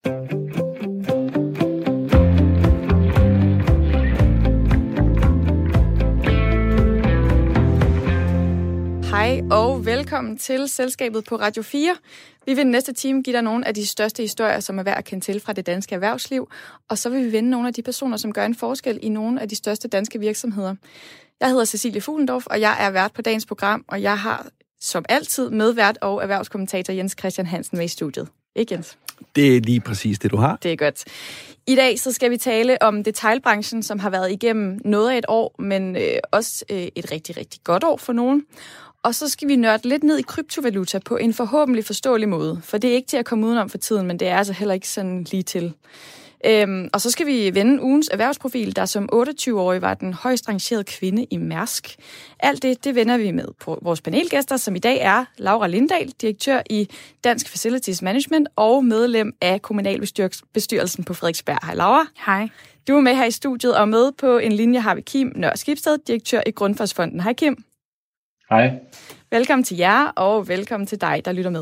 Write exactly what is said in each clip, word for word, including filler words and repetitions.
Hej og velkommen til Selskabet på Radio fire. Vi vil næste time give dig nogle af de største historier, som er værd at kende til fra det danske erhvervsliv. Og så vil vi vende nogle af de personer, som gør en forskel i nogle af de største danske virksomheder. Jeg hedder Cecilie Fuglendorf, og jeg er vært på dagens program, og jeg har som altid medvært og erhvervskommentator Jens Christian Hansen med i studiet. Ikke Jens? Det er lige præcis det, du har. Det er godt. I dag så skal vi tale om detailbranchen, som har været igennem noget af et år, men øh, også øh, et rigtig, rigtig godt år for nogen. Og så skal vi nørde lidt ned i kryptovaluta på en forhåbentlig forståelig måde, for det er ikke til at komme udenom for tiden, men det er altså heller ikke sådan lige til. Øhm, og så skal vi vende ugens erhvervsprofil, der som otteogtyve-årig var den højst rangerede kvinde i Mærsk. Alt det, det vender vi med på vores panelgæster, som i dag er Laura Lindahl, direktør i Dansk Facilities Management og medlem af kommunalbestyrelsen på Frederiksberg. Hej Laura. Hej. Du er med her i studiet, og med på en linje har vi Kim Nør Skibsted, direktør i Grundfondsfonden. Hej Kim. Hej. Velkommen til jer, og velkommen til dig, der lytter med.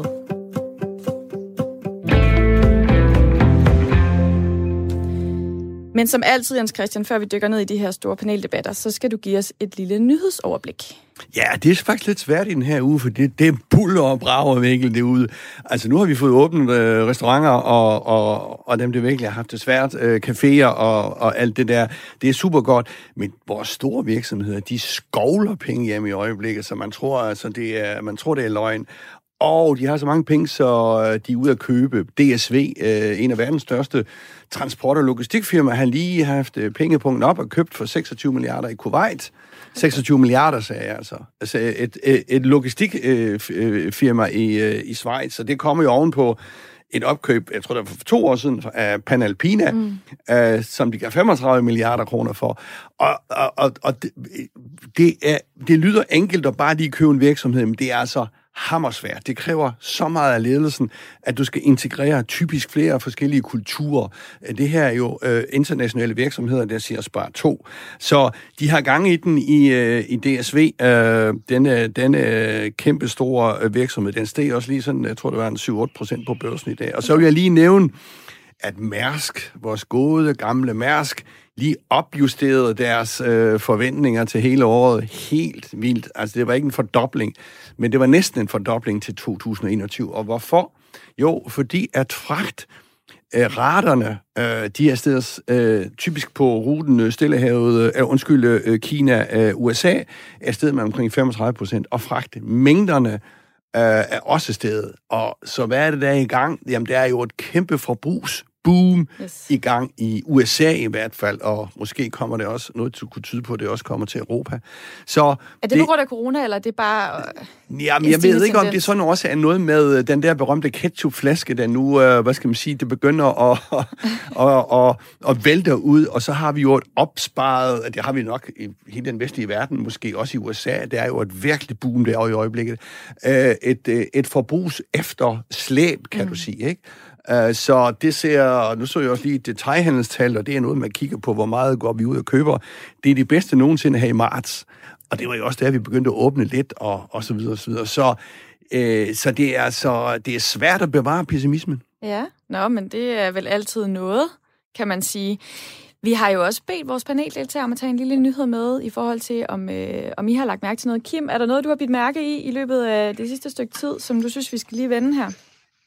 Men som altid, Jens Christian, før vi dykker ned i de her store paneldebatter, så skal du give os et lille nyhedsoverblik. Ja, det er faktisk lidt svært i den her uge, for det, det er buller og brager virkelig derude. Altså, nu har vi fået åbnet øh, restauranter, og, og, og dem, der virkelig har haft det svært, øh, caféer og, og alt det der. Det er super godt, men vores store virksomheder, de skovler penge hjem i øjeblikket, så man tror, altså, det er, man tror, det er løgn. Og de har så mange penge, så de er ude at købe. D S V, øh, en af verdens største transport- og logistikfirmaer, har lige haft pengepunkten op og købt for seksogtyve milliarder i Kuwait. seksogtyve milliarder, sagde jeg altså. Altså et, et, et logistikfirma i, i Schweiz, så det kommer jo ovenpå et opkøb, jeg tror det var for to år siden, af Panalpina, mm. øh, som de gav femogtredive milliarder kroner for. Og, og, og, og det, det, er, det lyder enkelt at bare lige købe en virksomhed, men det er altså hammersvært. Det kræver så meget af ledelsen, at du skal integrere typisk flere forskellige kulturer. Det her er jo øh, internationale virksomheder, der siger spar to. Så de har gang i den i, øh, i D S V. Øh, denne denne kæmpe store virksomhed, den steg også lige sådan, jeg tror det var en syv til otte procent på børsen i dag. Og så vil jeg lige nævne, at Mærsk, vores gode gamle Mærsk, lige opjusterede deres øh, forventninger til hele året helt vildt. Altså, det var ikke en fordobling, men det var næsten en fordobling til to tusind og enogtyve. Og hvorfor? Jo, fordi at fragt øh, raterne, øh, de er stedet øh, typisk på ruten Stillehavet, øh, undskyld, øh, Kina, øh, U S A, er stedet med omkring femogtredive procent, og fragtmængderne øh, er også stedet. Og så hvad er det, der er i gang? Jamen, det er jo et kæmpe forbrugs boom yes. i gang i U S A i hvert fald, og måske kommer det også, noget kunne tyde på, at det også kommer til Europa. Så er det, det på grund af corona, eller er det bare... Øh, jamen, jeg ved ikke, om det sådan også er noget med den der berømte ketchupflaske, der nu, øh, hvad skal man sige, det begynder at, at, at, at vælte ud, og så har vi jo et opsparet, det har vi nok i hele den vestlige verden, måske også i U S A, det er jo et virkelig boom der i øjeblikket. Øh, et, et forbrugs efterslæb, kan mm. du sige, ikke? Uh, så det ser, nu så jeg også lige detailhandelstal, og det er noget, man kigger på, hvor meget går vi ud og køber. Det er de bedste nogensinde her i marts, og det var jo også der, vi begyndte at åbne lidt, og, og så videre, og så videre. Så, uh, så det er altså, det er svært at bevare pessimismen. Ja, nå, men det er vel altid noget, kan man sige. Vi har jo også bedt vores paneldeltagere om at tage en lille nyhed med i forhold til, om, øh, om I har lagt mærke til noget. Kim, er der noget, du har bidt mærke i i løbet af det sidste stykke tid, som du synes, vi skal lige vende her?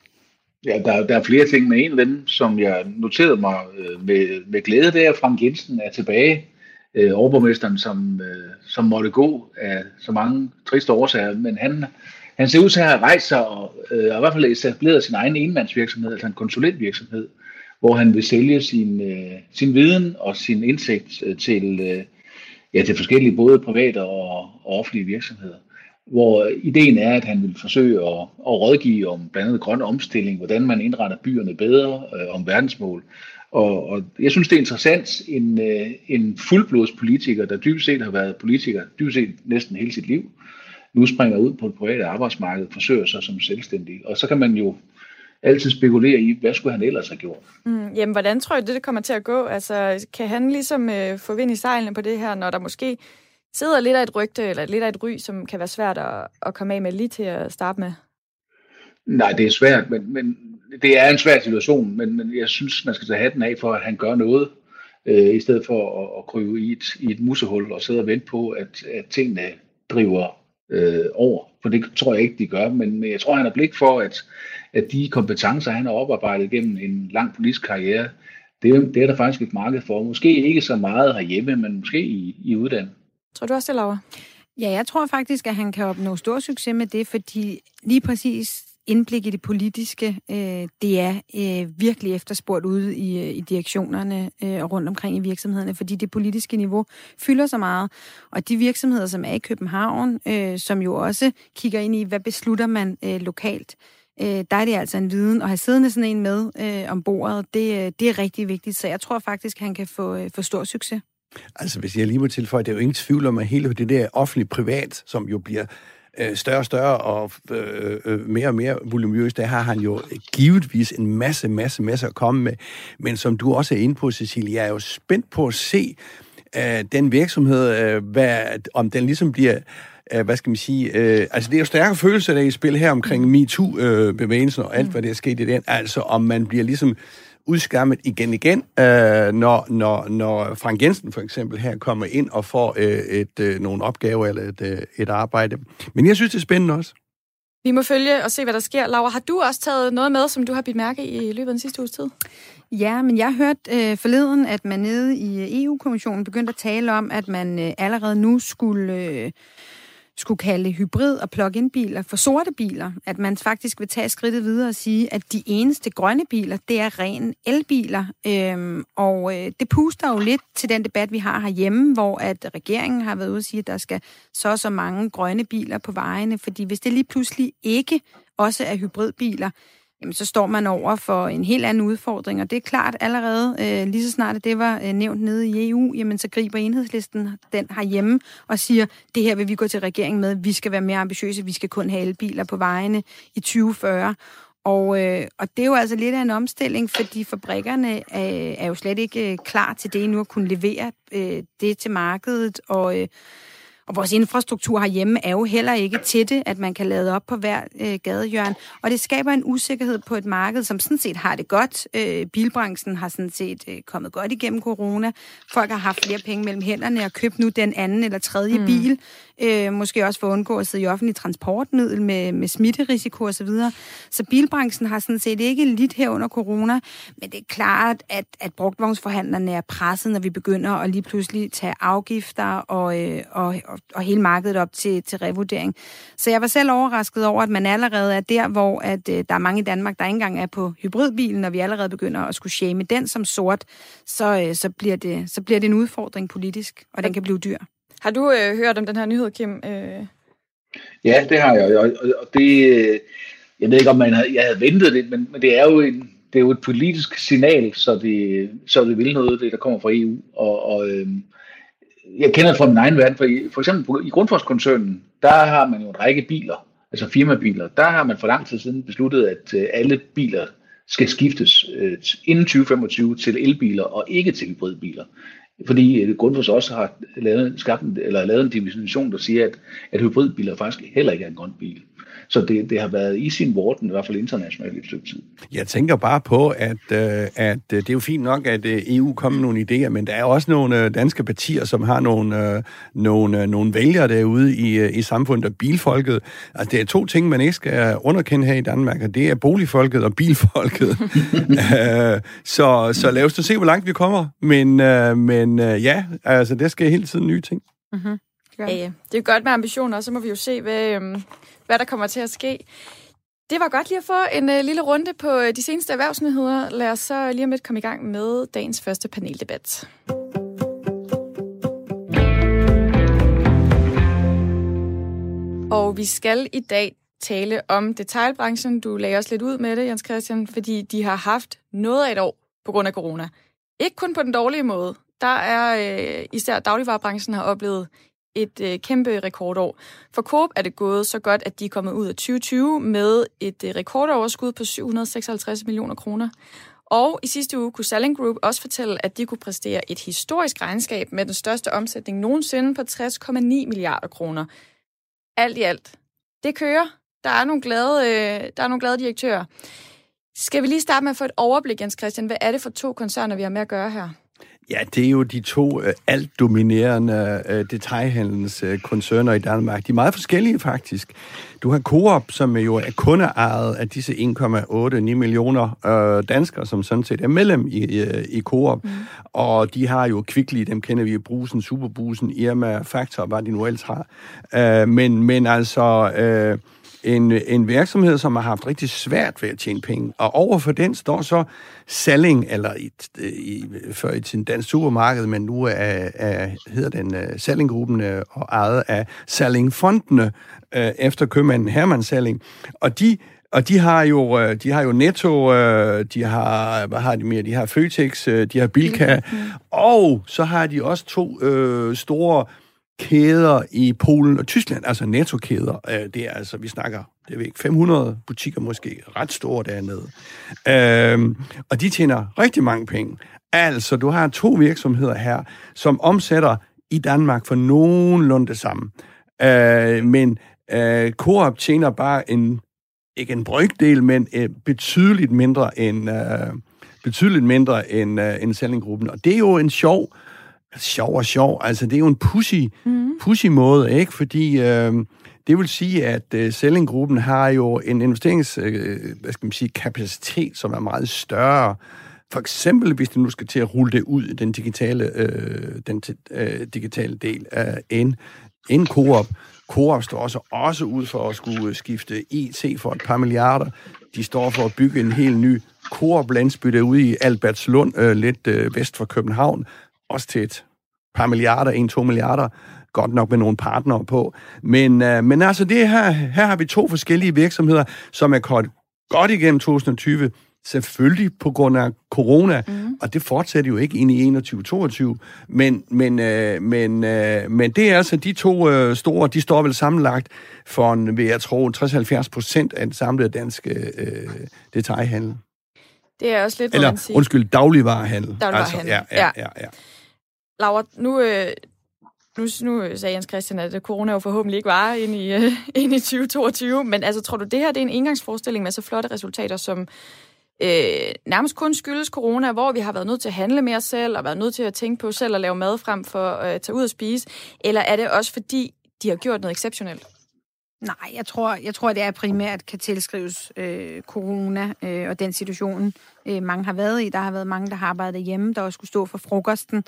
Ja, der, der er flere ting, med en af dem, som jeg noterede mig øh, med, med glæde, det er, at Frank Jensen er tilbage, øh, overborgmesteren, som, øh, som måtte gå af så mange triste årsager, men han, han ser ud til at have rejst sig og, øh, og i hvert fald etableret sin egen enmandsvirksomhed, altså en konsulentvirksomhed, hvor han vil sælge sin, øh, sin viden og sin indsigt øh, til, øh, ja, til forskellige både private og, og offentlige virksomheder. Hvor ideen er, at han vil forsøge at, at rådgive om blandt andet grøn omstilling, hvordan man indretter byerne bedre, øh, om verdensmål. Og, og jeg synes, det er interessant, en, øh, en fuldblodspolitiker, der dybest set har været politiker, dybest set næsten hele sit liv, nu springer ud på det private arbejdsmarked, forsøger sig som selvstændig. Og så kan man jo altid spekulere i, hvad skulle han ellers have gjort? Mm, jamen, hvordan tror jeg, det, det kommer til at gå? Altså, kan han ligesom øh, få vind i sejlene på det her, når der måske sidder lidt af et rygte, eller lidt af et ry, som kan være svært at, at komme af med lige til at starte med? Nej, det er svært, men, men det er en svær situation, men, men jeg synes, man skal tage hatten af for, at han gør noget, øh, i stedet for at, at krybe i et, i et musehul og sidde og vente på, at, at tingene driver øh, over. For det tror jeg ikke, de gør, men, men jeg tror, han har blik for, at, at de kompetencer, han har oparbejdet gennem en lang politisk karriere, det, det er der faktisk et marked for. Måske ikke så meget herhjemme, men måske i, i udlandet. Tror du også det, Laura? Ja, jeg tror faktisk, at han kan opnå stor succes med det, fordi lige præcis indblik i det politiske, øh, det er øh, virkelig efterspurgt ude i, i direktionerne øh, og rundt omkring i virksomhederne, fordi det politiske niveau fylder så meget. Og de virksomheder, som er i København, øh, som jo også kigger ind i, hvad beslutter man øh, lokalt, øh, der er det altså en viden. At have siddende sådan en med øh, om bordet, det, det er rigtig vigtigt. Så jeg tror faktisk, at han kan få, øh, få stor succes. Altså, hvis jeg lige må tilføje, det er jo ingen tvivl om, at hele det der offentlig-privat, som jo bliver øh, større og større og øh, øh, mere og mere voluminøst, der har han jo givetvis en masse, masse, masse at komme med. Men som du også er inde på, Cecilie, jeg er jo spændt på at se øh, den virksomhed, øh, hvad, om den ligesom bliver... Uh, hvad skal man sige, uh, altså det er jo stærke følelser, der er i spil her omkring MeToo-bevægelsen og alt, mm. hvad der er sket i den, altså om man bliver ligesom udskammet igen igen, uh, når, når, når Frank Jensen for eksempel her kommer ind og får uh, et, uh, nogle opgaver eller et, uh, et arbejde. Men jeg synes, det er spændende også. Vi må følge og se, hvad der sker. Laura, har du også taget noget med, som du har bidt mærke i i løbet af den sidste uges tid? Ja, men jeg hørte øh, forleden, at man nede i E U-kommissionen begyndte at tale om, at man øh, allerede nu skulle... Øh, skulle kalde hybrid- og plug-in-biler for sorte biler. At man faktisk vil tage skridtet videre og sige, at de eneste grønne biler, det er ren elbiler. Øhm, og øh, det puster jo lidt til den debat, vi har herhjemme, hvor at regeringen har været ude at sige, at der skal så så mange grønne biler på vejene. Fordi hvis det lige pludselig ikke også er hybridbiler, jamen, så står man over for en helt anden udfordring, og det er klart allerede, øh, lige så snart det var øh, nævnt nede i E U, jamen så griber Enhedslisten den herhjemme og siger, det her vil vi gå til regeringen med, vi skal være mere ambitiøse, vi skal kun have elbiler på vejene i tyve fyrre. Og, øh, og det er jo altså lidt af en omstilling, fordi fabrikkerne øh, er jo slet ikke øh, klar til det nu at kunne levere øh, det til markedet, og øh, Og vores infrastruktur herhjemme er jo heller ikke til det, at man kan lade op på hver øh, gadehjørne. Og det skaber en usikkerhed på et marked, som sådan set har det godt. Øh, bilbranchen har sådan set øh, kommet godt igennem corona. Folk har haft flere penge mellem hænderne og købt nu den anden eller tredje mm. bil. Øh, måske også for at undgå at sidde i offentlig transportmiddel med, med smitterisiko osv. Så, så bilbranchen har sådan set ikke lidt her under corona. Men det er klart, at, at brugtvognsforhandlerne er presset, når vi begynder at lige pludselig tage afgifter og, øh, og, og, og hele markedet op til, til revurdering. Så jeg var selv overrasket over, at man allerede er der, hvor at, øh, der er mange i Danmark, der ikke engang er på hybridbilen, når vi allerede begynder at skulle shame den som sort, så, øh, så, bliver det, så bliver det en udfordring politisk, og den kan blive dyr. Har du øh, hørt om den her nyhed, Kim? Øh... Ja, det har jeg, og, og det, jeg ved ikke, om man havde, jeg havde ventet det, men, men det er jo en, det er jo et politisk signal, så det, så det vil noget, det der kommer fra E U, og, og øh, jeg kender det fra min egen verden, for, for eksempel i Grundfos-koncernen, der har man jo en række biler, altså firmabiler, der har man for lang tid siden besluttet, at øh, alle biler skal skiftes øh, inden tyve femogtyve til elbiler og ikke til hybridbiler. Fordi Grundfos også har lavet, skabt, eller lavet en definition, der siger, at, at hybridbiler faktisk heller ikke er en grøn bil. Så det, det har været i sin vorden, i hvert fald internationalt i et stykke tid. Jeg tænker bare på, at, at det er jo fint nok, at E U kommer med nogle idéer, men der er også nogle danske partier, som har nogle, nogle, nogle vælgere derude i, i samfundet og bilfolket. Altså, det er to ting, man ikke skal underkende her i Danmark, og det er boligfolket og bilfolket. så, så lad os da se, hvor langt vi kommer. Men, men ja, altså, der sker hele tiden nye ting. Mm-hmm. Ja, ja. Det er godt med ambitioner, og så må vi jo se, hvad, øhm, hvad der kommer til at ske. Det var godt lige at få en øh, lille runde på de seneste erhvervsnyheder. Lad os så lige om lidt komme i gang med dagens første paneldebat. Og vi skal i dag tale om detailbranchen. Du lagde også lidt ud med det, Jens Christian, fordi de har haft noget af et år på grund af corona. Ikke kun på den dårlige måde. Der er øh, især dagligvarebranchen har oplevet et øh, kæmpe rekordår. For Coop er det gået så godt, at de er kommet ud af tyve tyve med et øh, rekordoverskud på syv hundrede seksoghalvtreds millioner kroner. Og i sidste uge kunne Salling Group også fortælle, at de kunne præstere et historisk regnskab med den største omsætning nogensinde på tres komma ni milliarder kroner. Alt i alt. Det kører. Der er nogle glade, øh, der er nogle glade direktører. Skal vi lige starte med at få et overblik, Jens Christian? Hvad er det for to koncerner, vi har med at gøre her? Ja, det er jo de to øh, altdominerende øh, detailhandelens øh, koncerner i Danmark. De er meget forskellige, faktisk. Du har Coop, som jo er kundeejet af disse en komma otte ni millioner øh, danskere, som sådan set er medlem i, i, i Coop. Mm. Og de har jo Kvickly, dem kender vi i Brugsen, Superbrugsen, Irma, Faktor, hvad de nu ellers har. Øh, men, men altså... Øh, En, en virksomhed, som har haft rigtig svært ved at tjene penge. Og overfor den står så Salling, eller i, i, før i tiden Dansk Supermarked, men nu er, er, hedder den uh, Salling-gruppen uh, og ejet af Salling-fondene uh, efter købmanden Hermann Salling. Og de Og de har jo, de har jo Netto, de har, hvad har de mere? De har Føtex, de har Bilka, mm. og så har de også to øh, store kæder i Polen og Tyskland, altså Netto-kæder. Det er altså, vi snakker, det er ikke fem hundrede butikker måske, ret store dernede. Øhm, og de tjener rigtig mange penge. Altså, du har to virksomheder her, som omsætter i Danmark for nogenlunde det samme. Øh, men øh, Coop tjener bare en, ikke en brøkdel, men øh, betydeligt mindre end, øh, betydeligt mindre end, øh, end Salling-gruppen. Og det er jo en sjov Sjov og sjov. Altså, det er jo en pussy, mm. pussy måde, ikke? Fordi øh, det vil sige, at øh, Salling-gruppen har jo en investerings, øh, hvad skal man sige, kapacitet, som er meget større. For eksempel, hvis du nu skal til at rulle det ud, den digitale, øh, den øh, digitale del af en, en Coop. Coop står også, også ud for at skulle skifte I T for et par milliarder. De står for at bygge en helt ny Coop-landsby derude i Albertslund, øh, lidt øh, vest for København. Også til et par milliarder, en, to milliarder, godt nok med nogle partnere på. Men, øh, men altså, det her, her har vi to forskellige virksomheder, som er godt, godt igennem to tusind og tyve, selvfølgelig på grund af corona, mm. og det fortsætter jo ikke ind i enogtyve toogtyve, men, men, øh, men, øh, men det er altså de to øh, store, de står vel sammenlagt for, en, vil jeg tro, tres til halvfjerds procent af den samlede danske øh, detailhandel. Det er også lidt, Eller, man siger. undskyld, dagligvarehandel. Dagligvarehandel, altså, ja, ja, ja, ja. Laura, nu, øh, nu, nu sagde Jens Christian, at corona jo forhåbentlig ikke varer ind i, øh, ind i tyve toogtyve, men altså, tror du, det her det er en engangsforestilling med så flotte resultater, som øh, nærmest kun skyldes corona, hvor vi har været nødt til at handle mere selv, og været nødt til at tænke på selv at lave mad frem for at øh, tage ud og spise, eller er det også fordi, de har gjort noget exceptionelt? Nej, jeg tror, jeg tror, det er primært kan tilskrives øh, corona øh, og den situation, øh, mange har været i. Der har været mange, der har arbejdet hjemme, der også skulle stå for frokosten.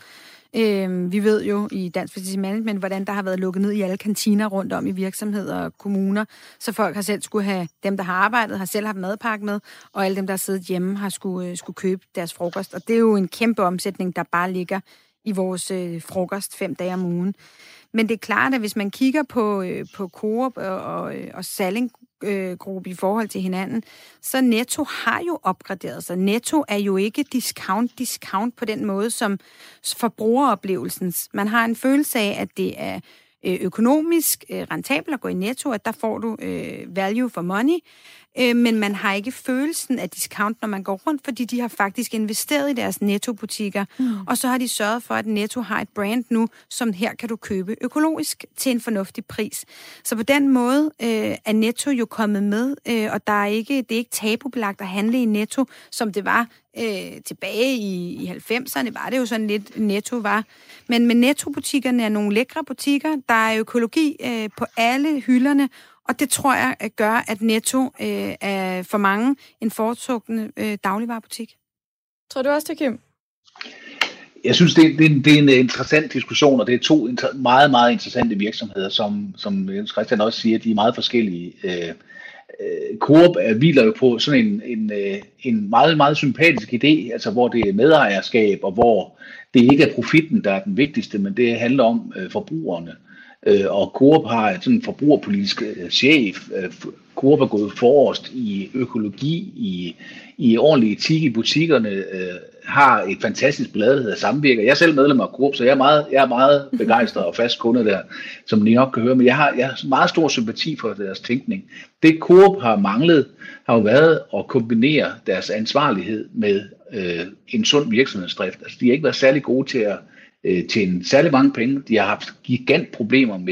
Øh, vi ved jo i Dansk Facility Management, hvordan der har været lukket ned i alle kantiner rundt om i virksomheder og kommuner, så folk har selv skulle have, dem der har arbejdet, har selv haft madpakke med, og alle dem, der har siddet hjemme, har skulle, øh, skulle købe deres frokost. Og det er jo en kæmpe omsætning, der bare ligger i vores øh, frokost fem dage om ugen. Men det er klart, at hvis man kigger på, øh, på Coop og, og, og Salling-gruppe øh, i forhold til hinanden, så Netto har jo opgraderet sig. Netto er jo ikke discount-discount på den måde, som forbrugeroplevelsen. Man har en følelse af, at det er øh, økonomisk øh, rentabelt at gå i Netto, at der får du øh, value for money, øh, men man har ikke følelsen af discount, når man går rundt, fordi de har faktisk investeret i deres Netto-butikker, mm. og så har de sørget for, at Netto har et brand nu, som her kan du købe økologisk til en fornuftig pris. Så på den måde øh, er Netto jo kommet med, øh, og der er ikke, det er ikke tabubelagt at handle i Netto, som det var øh, tilbage i, i halvfemserne, var det jo sådan lidt Netto var. Men med Netto-butikkerne er nogle lækre butikker, der er økologi øh, på alle hylderne, og det tror jeg at gør, at Netto øh, er for mange en foretrukne øh, dagligvarebutik. Tror du også det, Kim? Jeg synes, det, det, det er en interessant diskussion, og det er to inter- meget, meget interessante virksomheder, som, som Jens Christian også siger, de er meget forskellige. Øh, øh, Coop hviler jo på sådan en, en, en meget, meget sympatisk idé, altså hvor det er medejerskab, og hvor det ikke er profitten, der er den vigtigste, men det handler om øh, forbrugerne. Og Coop har sådan en forbrugerpolitisk chef. Coop er gået forrest i økologi, i, i ordentlig etik i butikkerne, har et fantastisk blad, der hedder Samvirker. Jeg er selv medlem af Coop, så jeg er meget, jeg er meget begejstret og fast kunde der, som I nok kan høre. Men jeg har, jeg har meget stor sympati for deres tænkning. Det Coop har manglet, har jo været at kombinere deres ansvarlighed med øh, en sund virksomhedsdrift. Altså, de har ikke været særlig gode til at tjene særlig mange penge. De har haft gigant problemer med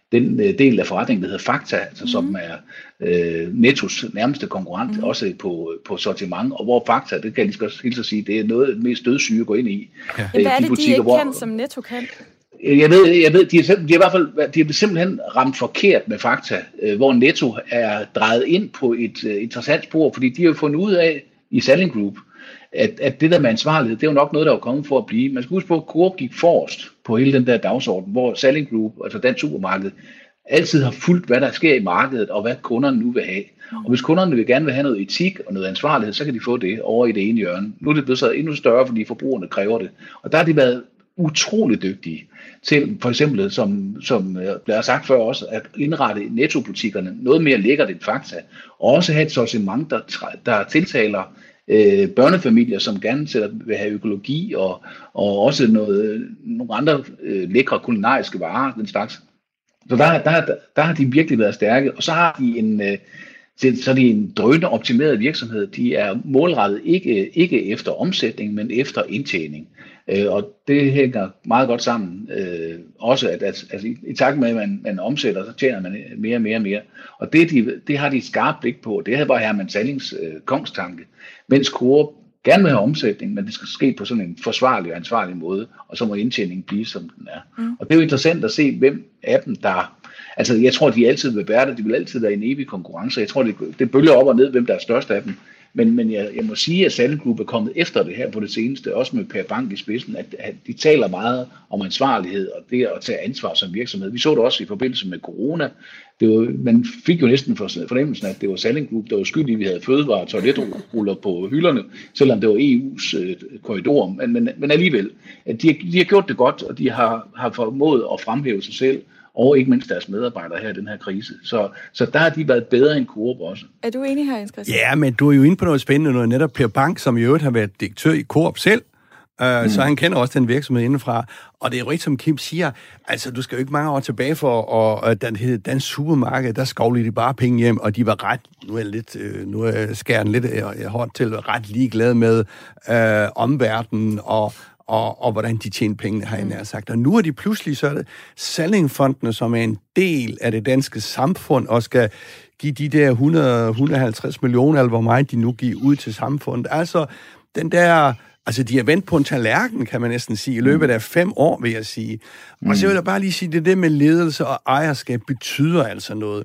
den øh, del af forretningen, der hedder Fakta, altså, mm. som er øh, Nettos nærmeste konkurrent, mm. også på, på sortiment, og hvor Fakta, det kan jeg lige så hilse at sige, det er noget af det mest dødssyge at gå ind i. Ja. Øh, Hvad er det, de, butikker, de ikke hvor, kan, som Netto kan? Jeg ved, jeg ved de, er, de, er i hvert fald, de er simpelthen ramt forkert med Fakta, øh, hvor Netto er drejet ind på et øh, interessant spor, fordi de har jo fundet ud af i Salling Group, at, at det der med ansvarlighed, det er jo nok noget, der er kommet for at blive. Man skal huske på, at Coop gik forrest på hele den der dagsorden, hvor Salling Group, altså dansk supermarked, altid har fulgt, hvad der sker i markedet, og hvad kunderne nu vil have. Og hvis kunderne vil gerne vil have noget etik og noget ansvarlighed, så kan de få det over i det ene hjørne. Nu er det blevet så endnu større, fordi forbrugerne kræver det. Og der har de været utrolig dygtige til, for eksempel, som, som bliver sagt før også, at indrette Netto-butikkerne noget mere lækkert end Fakta, og også have et sortiment, der, der tiltaler øh, børnefamilier, som gerne selv vil have økologi, og, og også noget, nogle andre øh, lækre kulinariske varer, den slags. Så der, der, der har de virkelig været stærke, og så har de en, øh, så er de en drønende optimeret virksomhed. De er målrettet ikke, ikke efter omsætning, men efter indtjening. Øh, og det hænger meget godt sammen. Øh, også at, at, at i, i takt med, at man, man omsætter, så tjener man mere og mere og mere. Og det, de, det har de skarpt blik på. Det var Herman Sallings øh, kongstanke. Mens Coop gerne vil have omsætning, men det skal ske på sådan en forsvarlig og ansvarlig måde, og så må indtjeningen blive, som den er. Mm. Og det er jo interessant at se, hvem af dem, der... Altså, jeg tror, de altid vil være der. De vil altid være i en evig konkurrence. Jeg tror, det, det bølger op og ned, hvem der er størst af dem. Men, men jeg, jeg må sige, at Salling Group er kommet efter det her på det seneste, også med Per Bank i spidsen, at, at de taler meget om ansvarlighed og det at tage ansvar som virksomhed. Vi så det også i forbindelse med corona. Det var, man fik jo næsten fornemmelsen, at det var Salling Group, der var skyld i, at vi havde fødevare og toiletruller på hylderne, selvom det var E U's øh, korridor. Men, men, men alligevel, at de, de har gjort det godt, og de har, har formået at fremhæve sig selv, og ikke mindst deres medarbejdere her i den her krise. Så, så der har de været bedre end Coop også. Er du enig her, Jens Christian? Ja, men du er jo inde på noget spændende, noget netop Per Bank, som i øvrigt har været direktør i Coop selv, uh, mm. så han kender også den virksomhed indenfra. Og det er jo rigtigt, som Kim siger, altså du skal jo ikke mange år tilbage for, og den hed Dansk Supermarked, der skovlede de bare penge hjem, og de var ret, nu er jeg lidt, øh, nu er skæren lidt øh, hårdt til, ret ligeglade med øh, omverdenen og Og, og hvordan de tjener pengene, har jeg nær sagt. Og nu er de pludselig så det Sallingfondene, som er en del af det danske samfund, og skal give de der hundrede til hundrede og halvtreds millioner, eller hvor meget de nu giver ud til samfundet. Altså, den der... Altså, de er vendt på en tallerken, kan man næsten sige, i løbet af fem år, vil jeg sige. Mm. Og så vil jeg bare lige sige, det det med ledelse og ejerskab betyder altså noget.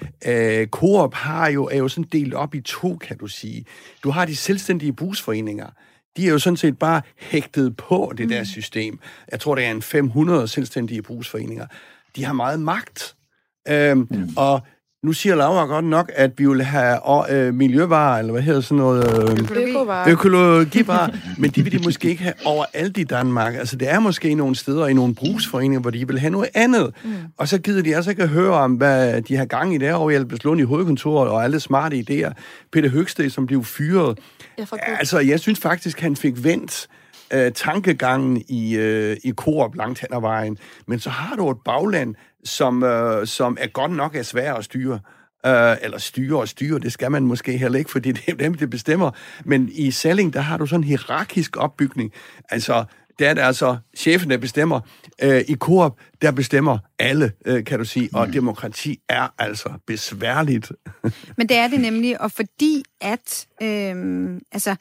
Øh, Coop har jo, er jo sådan delt op i to, kan du sige. Du har de selvstændige brugsforeninger. De er jo sådan set bare hægtet på det der system. Jeg tror, det er en fem hundrede selvstændige brugsforeninger. De har meget magt. Øhm, mm. Og nu siger Laura godt nok, at vi vil have øh, miljøvarer, eller hvad hedder sådan noget? Øh, Økologivarer. Økologivarer. Men de vil de måske ikke have overalt i Danmark. Altså, det er måske nogle steder i nogle brugsforeninger, hvor de vil have noget andet. Mm. Og så gider de altså ikke at høre om, hvad de har gang i derovre i Albertslund i hovedkontoret, og alle smarte idéer. Peter Høgsted, som blev fyret. Altså, jeg synes faktisk, han fik vendt øh, tankegangen i, øh, i Coop langt hen ad vejen. Men så har du et bagland, som, øh, som er godt nok er svært at styre. Øh, eller styre og styre, det skal man måske heller ikke, fordi det er dem, det bestemmer. Men i Salling, der har du sådan en hierarkisk opbygning. Altså, der er det altså chefen, der bestemmer. Øh, I Coop, der bestemmer alle, øh, kan du sige. Og mm. demokrati er altså besværligt. Men det er det nemlig, og fordi at, øh, altså,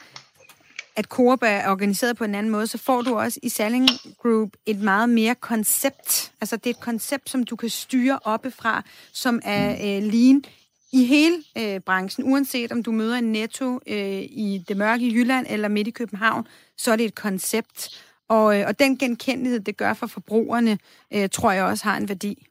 at Coop er organiseret på en anden måde, så får du også i Salling Group et meget mere koncept. Altså, det er et koncept, som du kan styre oppefra, som er øh, lean i hele øh, branchen. Uanset om du møder en Netto øh, i det mørke i Jylland eller midt i København, så er det et koncept. Og, og den genkendelighed, det gør for forbrugerne, øh, tror jeg også har en værdi.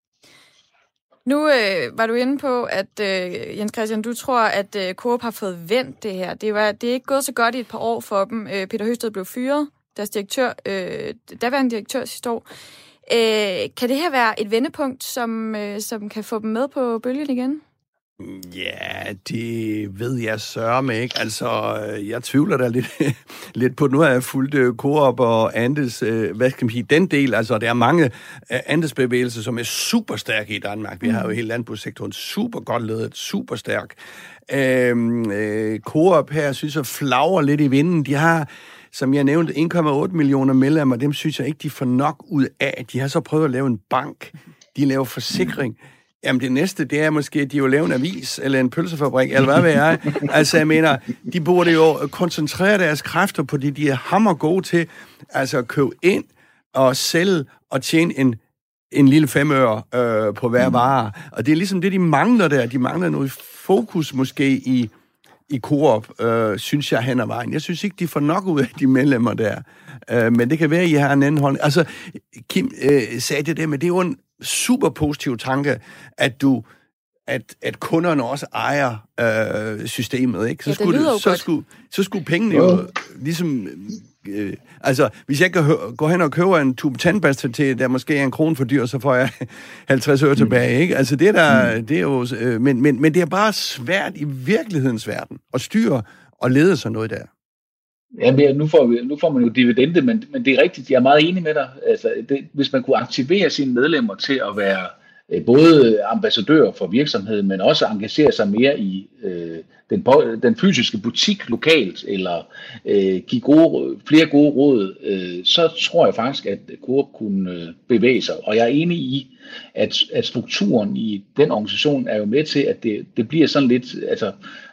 Nu øh, var du inde på, at øh, Jens Christian, du tror, at øh, Coop har fået vendt det her. Det, var, det er ikke gået så godt i et par år for dem. Øh, Peter Høgsted blev fyret, deres direktør, øh, daværende direktør sidste år. Øh, kan det her være et vendepunkt, som, øh, som kan få dem med på bølgen igen? Ja, det ved jeg sørme ikke. Altså, jeg tvivler da lidt, lidt på, nu har jeg fulgt Coop og Andes, hvad skal man sige, den del, altså der er mange andelsbevægelser, som er super stærke i Danmark. Vi har jo hele landbrugssektoren super godt ledet, super stærk. Øhm, øh, Coop her, synes jeg, flagrer lidt i vinden. De har, som jeg nævnte, en komma otte millioner medlemmer, dem synes jeg ikke, de får nok ud af. De har så prøvet at lave en bank. de laver forsikring. Jamen det næste, det er måske, at de jo laver en avis, eller en pølsefabrik, eller hvad ved jeg. Altså jeg mener, de burde jo koncentrere deres kræfter på det, de er hammer gode til, altså at købe ind og sælge og tjene en, en lille femøre øh, på hver vare. Og det er ligesom det, de mangler der. De mangler noget fokus måske i, i Coop, øh, synes jeg, hen ad vejen. Jeg synes ikke, de får nok ud af de medlemmer der. Øh, men det kan være, at I har en anden holdning. Altså, Kim øh, sagde det der, men det er jo en super positiv tanke, at du at, at kunderne også ejer øh, systemet, ikke? Så, ja, skulle, det, så, skulle, så skulle pengene jo ligesom... Øh, altså, hvis jeg kan gå hen og købe en tube tandpasta til, der måske er en krone for dyr, så får jeg halvtreds øre tilbage, ikke? Altså, det er, der, det er jo... Øh, men, men, men det er bare svært i virkelighedens verden at styre og lede sådan noget der. Ja, nu får, vi, nu får man jo dividende, men, men det er rigtigt, jeg er meget enig med dig. Altså, det, hvis man kunne aktivere sine medlemmer til at være øh, både ambassadører for virksomheden, men også engagere sig mere i øh, den, den fysiske butik lokalt, eller øh, give gode, flere gode råd, øh, så tror jeg faktisk, at Coop kunne øh, bevæge sig. Og jeg er enig i, at, at strukturen i den organisation er jo med til, at det, det bliver sådan lidt... Altså,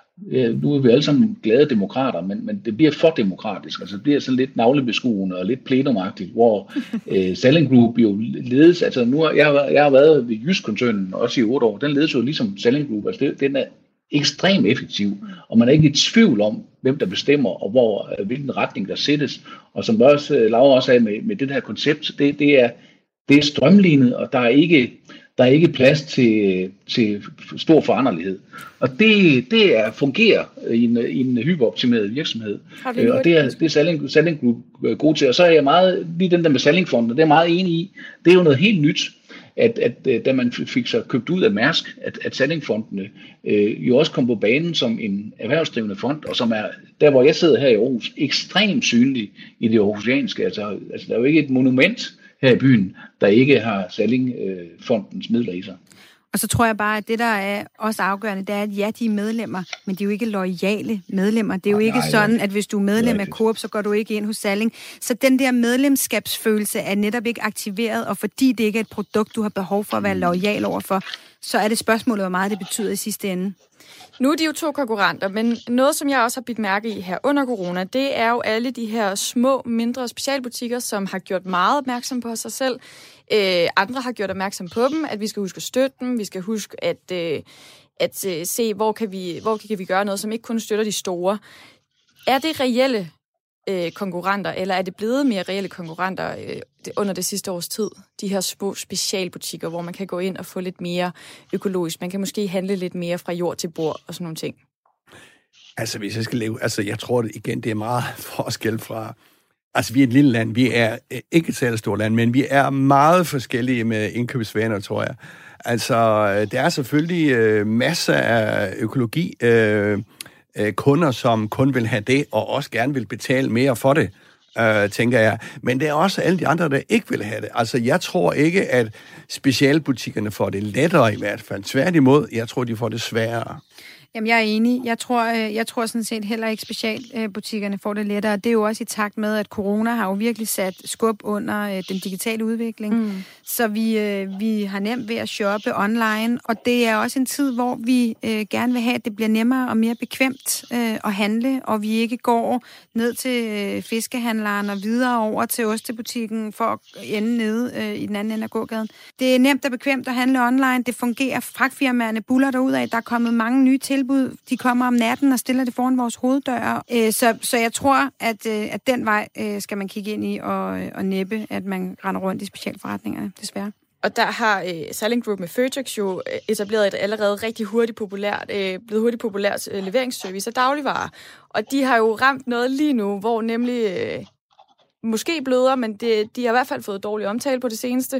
nu er vi alle sammen glade demokrater, men, men det bliver for demokratisk. Altså det bliver sådan lidt navlebeskuende og lidt plenumagtigt, hvor øh, Salling Group jo ledes, altså nu har jeg, jeg har været ved Jysk-koncernen også i otte år, den ledes jo ligesom Salling Group, altså det, den er ekstremt effektiv, og man er ikke i tvivl om, hvem der bestemmer, og hvor, hvilken retning der sættes. Og som også Laura også sagde med, med det her koncept, det, det, er, det er strømlignet, og der er ikke... Der er ikke plads til, til stor foranderlighed. Og det, det er, fungerer i en, i en hyperoptimeret virksomhed. Og det er, det er Salling, Salling Group god til. Og så er jeg meget, lige den der med Salling-fonden, det er jeg meget enig i. Det er jo noget helt nyt, at, at da man fik sig købt ud af Mærsk, at, at Salling-fondene øh, jo også kom på banen som en erhvervsdrivende fond, og som er, der hvor jeg sidder her i Aarhus, ekstremt synlig i det aarhusianske. Altså, altså der er jo ikke et monument her i byen, der ikke har Salling-fondens midler i sig. Og så tror jeg bare, at det, der er også afgørende, det er, at ja, de er medlemmer, men de er jo ikke loyale medlemmer. Det er jo nej, ikke nej, sådan, at hvis du er medlem af Coop, så går du ikke ind hos Salling. Så den der medlemskabsfølelse er netop ikke aktiveret, og fordi det ikke er et produkt, du har behov for at være loyal overfor, så er det spørgsmålet, hvor meget det betyder i sidste ende. Nu er de jo to konkurrenter, men noget, som jeg også har bidt mærke i her under corona, det er jo alle de her små, mindre specialbutikker, som har gjort meget opmærksom på sig selv. Øh, andre har gjort opmærksom på dem, at vi skal huske at støtte dem, vi skal huske at, øh, at øh, se, hvor kan, vi, hvor kan vi gøre noget, som ikke kun støtter de store. Er det reelle øh, konkurrenter, eller er det blevet mere reelle konkurrenter øh, under det sidste års tid? De her små specialbutikker, hvor man kan gå ind og få lidt mere økologisk. Man kan måske handle lidt mere fra jord til bord og sådan nogle ting. Altså, hvis jeg skal leve... Altså, jeg tror det igen, det er meget forskel fra... Altså, vi er et lille land. Vi er ikke et særligt stort land, men vi er meget forskellige med indkøbsvaner, tror jeg. Altså, der er selvfølgelig øh, masser af økologi... Øh, kunder, som kun vil have det, og også gerne vil betale mere for det, øh, tænker jeg. Men der er også alle de andre, der ikke vil have det. Altså, jeg tror ikke, at specialbutikkerne får det lettere i hvert fald. Tværtimod, jeg tror, de får det sværere. Jamen, jeg er enig. Jeg tror, jeg tror sådan set heller ikke specialbutikkerne får det lettere. Det er jo også i takt med, at corona har jo virkelig sat skub under den digitale udvikling. Mm. Så vi, vi har nemt ved at shoppe online, og det er også en tid, hvor vi øh, gerne vil have, at det bliver nemmere og mere bekvemt øh, at handle, og vi ikke går ned til øh, fiskehandleren og videre over til ostebutikken for at ende nede øh, i den anden ende af gågaden. Det er nemt og bekvemt at handle online. Det fungerer. Fragtfirmaerne buller derudad. Der er kommet mange nye til. De kommer om natten og stiller det foran vores hoveddør. Så, så jeg tror, at, at den vej skal man kigge ind i og, og næppe, at man render rundt i specialforretningerne, desværre. Og der har uh, Salling Group med Føtex jo etableret et allerede rigtig hurtigt populært, uh, blevet hurtigt populært uh, leveringsservice af dagligvarer. Og de har jo ramt noget lige nu, hvor nemlig uh, måske bløder, men det, de har i hvert fald fået dårlig omtale på det seneste.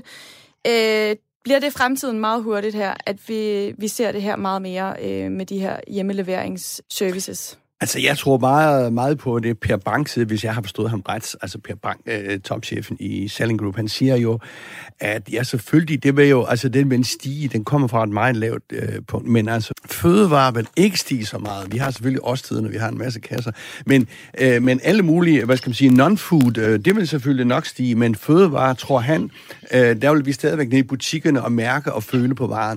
Uh, Bliver det i fremtiden meget hurtigt her, at vi, vi ser det her meget mere øh, med de her hjemmeleveringsservices? Altså, jeg tror meget, meget på det Per Bank side, hvis jeg har forstået ham ret. Altså, Per Bank, øh, topchefen i Salling Group, han siger jo, at ja, selvfølgelig, det vil jo, altså, den vil stige, den kommer fra et meget lavt øh, punkt, men altså, fødevarer vil ikke stige så meget. Vi har selvfølgelig årstiden, og vi har en masse kasser, men, øh, men alle mulige, hvad skal man sige, non-food, øh, det vil selvfølgelig nok stige, men fødevarer, tror han, øh, der vil vi stadigvæk ned i butikkerne og mærke og føle på varen.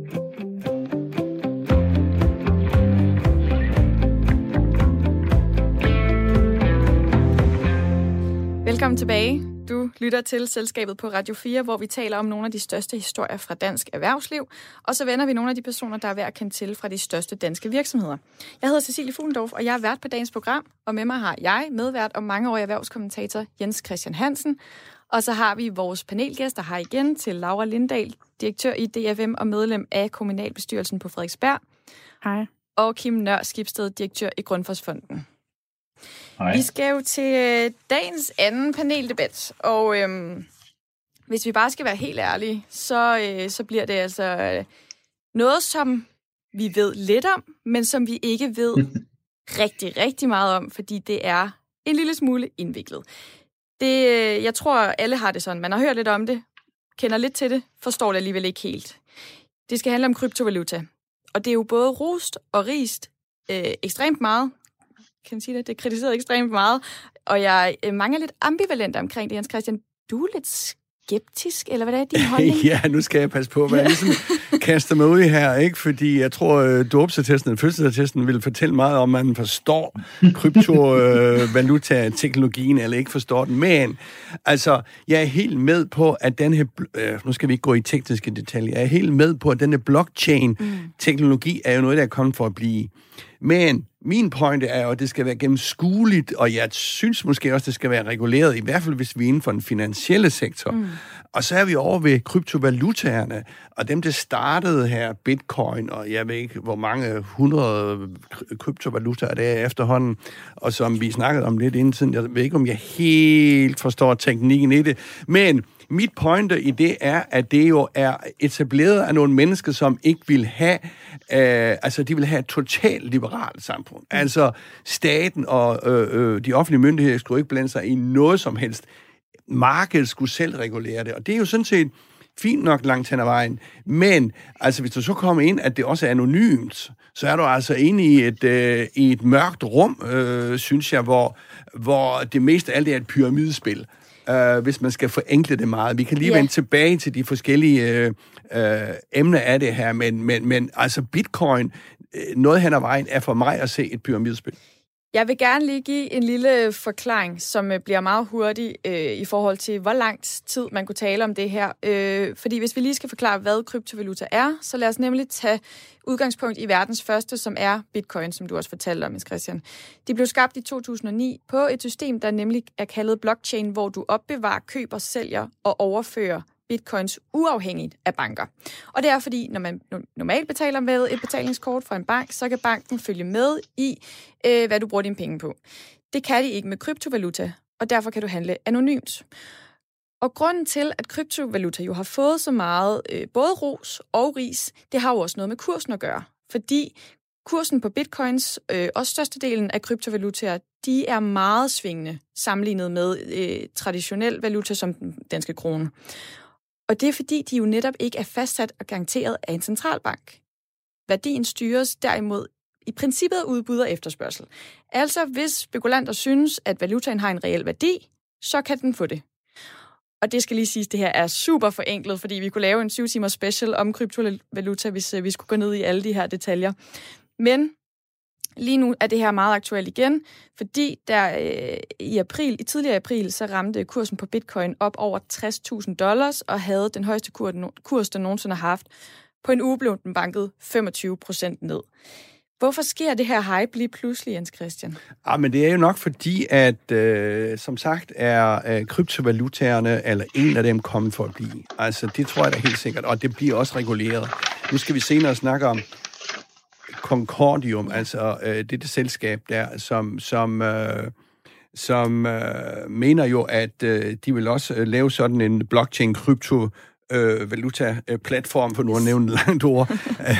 Velkommen tilbage. Du lytter til Selskabet på Radio fire, hvor vi taler om nogle af de største historier fra dansk erhvervsliv, og så vender vi nogle af de personer, der er værd at kende til fra de største danske virksomheder. Jeg hedder Cecilie Fuglendorf, og jeg er vært på dagens program, og med mig har jeg, medvært og mangeårig erhvervskommentator Jens Christian Hansen, og så har vi vores panelgæster her igen til Laura Lindahl, direktør i D F M og medlem af kommunalbestyrelsen på Frederiksberg. Hej. Og Kim Nør Skibsted, direktør i Grundfosfonden. Hej. Vi skal jo til øh, dagens anden paneldebat, og øhm, hvis vi bare skal være helt ærlige, så, øh, så bliver det altså øh, noget, som vi ved lidt om, men som vi ikke ved rigtig, rigtig meget om, fordi det er en lille smule indviklet. Det, øh, jeg tror, alle har det sådan. Man har hørt lidt om det, kender lidt til det, forstår det alligevel ikke helt. Det skal handle om kryptovaluta, og det er jo både rost og rist øh, ekstremt meget. Kan man sige det? Det er kritiseret ekstremt meget, og jeg er mange lidt ambivalent omkring det. Jens Christian, du er lidt skeptisk, eller hvad er din holdning? Ja, nu skal jeg passe på, hvad jeg ligesom kaster mig ud i her, ikke? Fordi jeg tror, dåbsattesten og fødselsattesten vil fortælle meget om, at man forstår kryptovaluta-teknologien, eller ikke forstår den. Men, altså, jeg er helt med på, at den her, øh, nu skal vi ikke gå i tekniske detaljer, jeg er helt med på, at denne blockchain-teknologi er jo noget, der er kommet for at blive. Men min pointe er jo, at det skal være gennemskueligt, og jeg synes måske også, det skal være reguleret, i hvert fald hvis vi er inden for den finansielle sektor. Mm. Og så er vi over ved kryptovalutaerne, og dem, der startede her, bitcoin, og jeg ved ikke, hvor mange hundrede kryptovalutaer det er efterhånden, og som vi snakkede om lidt inden tiden, jeg ved ikke, om jeg helt forstår teknikken i det, men mit pointe i det er, at det jo er etableret af nogle mennesker, som ikke vil have, øh, altså de vil have et totalt liberalt samfund. Mm. Altså staten og øh, øh, de offentlige myndigheder skulle ikke blande sig i noget som helst. Markedet skulle selv regulere det, og det er jo sådan set fint nok langt hen ad vejen. Men altså, hvis du så kommer ind, at det også er anonymt, så er du altså inde i et, øh, i et mørkt rum, øh, synes jeg, hvor, hvor det meste af alt er et pyramidespil. Uh, hvis man skal forenkle det meget. Vi kan lige yeah. vende tilbage til de forskellige uh, uh, emner af det her, men, men, men altså bitcoin, noget hen ad vejen, er for mig at se et pyramidespil. Jeg vil gerne lige give en lille forklaring, som bliver meget hurtig øh, i forhold til, hvor lang tid man kunne tale om det her. Øh, fordi hvis vi lige skal forklare, hvad kryptovaluta er, så lad os nemlig tage udgangspunkt i verdens første, som er bitcoin, som du også fortalte om, Christian. De blev skabt i to tusind og ni på et system, der nemlig er kaldet blockchain, hvor du opbevarer, køber, sælger og overfører bitcoins uafhængigt af banker. Og det er fordi, når man normalt betaler med et betalingskort fra en bank, så kan banken følge med i, øh, hvad du bruger dine penge på. Det kan de ikke med kryptovaluta, og derfor kan du handle anonymt. Og grunden til, at kryptovaluta jo har fået så meget øh, både ros og ris, det har jo også noget med kursen at gøre. Fordi kursen på bitcoins, øh, og størstedelen af kryptovalutaer, de er meget svingende sammenlignet med øh, traditionel valuta som den danske krone. Og det er fordi, de jo netop ikke er fastsat og garanteret af en centralbank. Værdien styres derimod i princippet af udbud og efterspørgsel. Altså, hvis spekulanter synes, at valutaen har en reel værdi, så kan den få det. Og det skal lige siges, det her er super forenklet, fordi vi kunne lave en syv timers special om kryptovaluta, hvis vi skulle gå ned i alle de her detaljer. Men lige nu er det her meget aktuelt igen, fordi der øh, i april, i tidligere april, så ramte kursen på bitcoin op over tres tusind dollars og havde den højeste kurs, den nogensinde har haft. På en uge blev den banket femogtyve procent ned. Hvorfor sker det her hype lige pludselig, Jens Christian? Ja, men det er jo nok fordi, at øh, som sagt er øh, kryptovalutaerne, eller en af dem, kommet for at blive. Altså, det tror jeg da helt sikkert, og det bliver også reguleret. Nu skal vi senere snakke om Concordium, altså øh, det er det selskab der, som, som, øh, som øh, mener jo, at øh, de vil også øh, lave sådan en blockchain-krypto øh, valuta-platform, for nu at nævne et langt ord.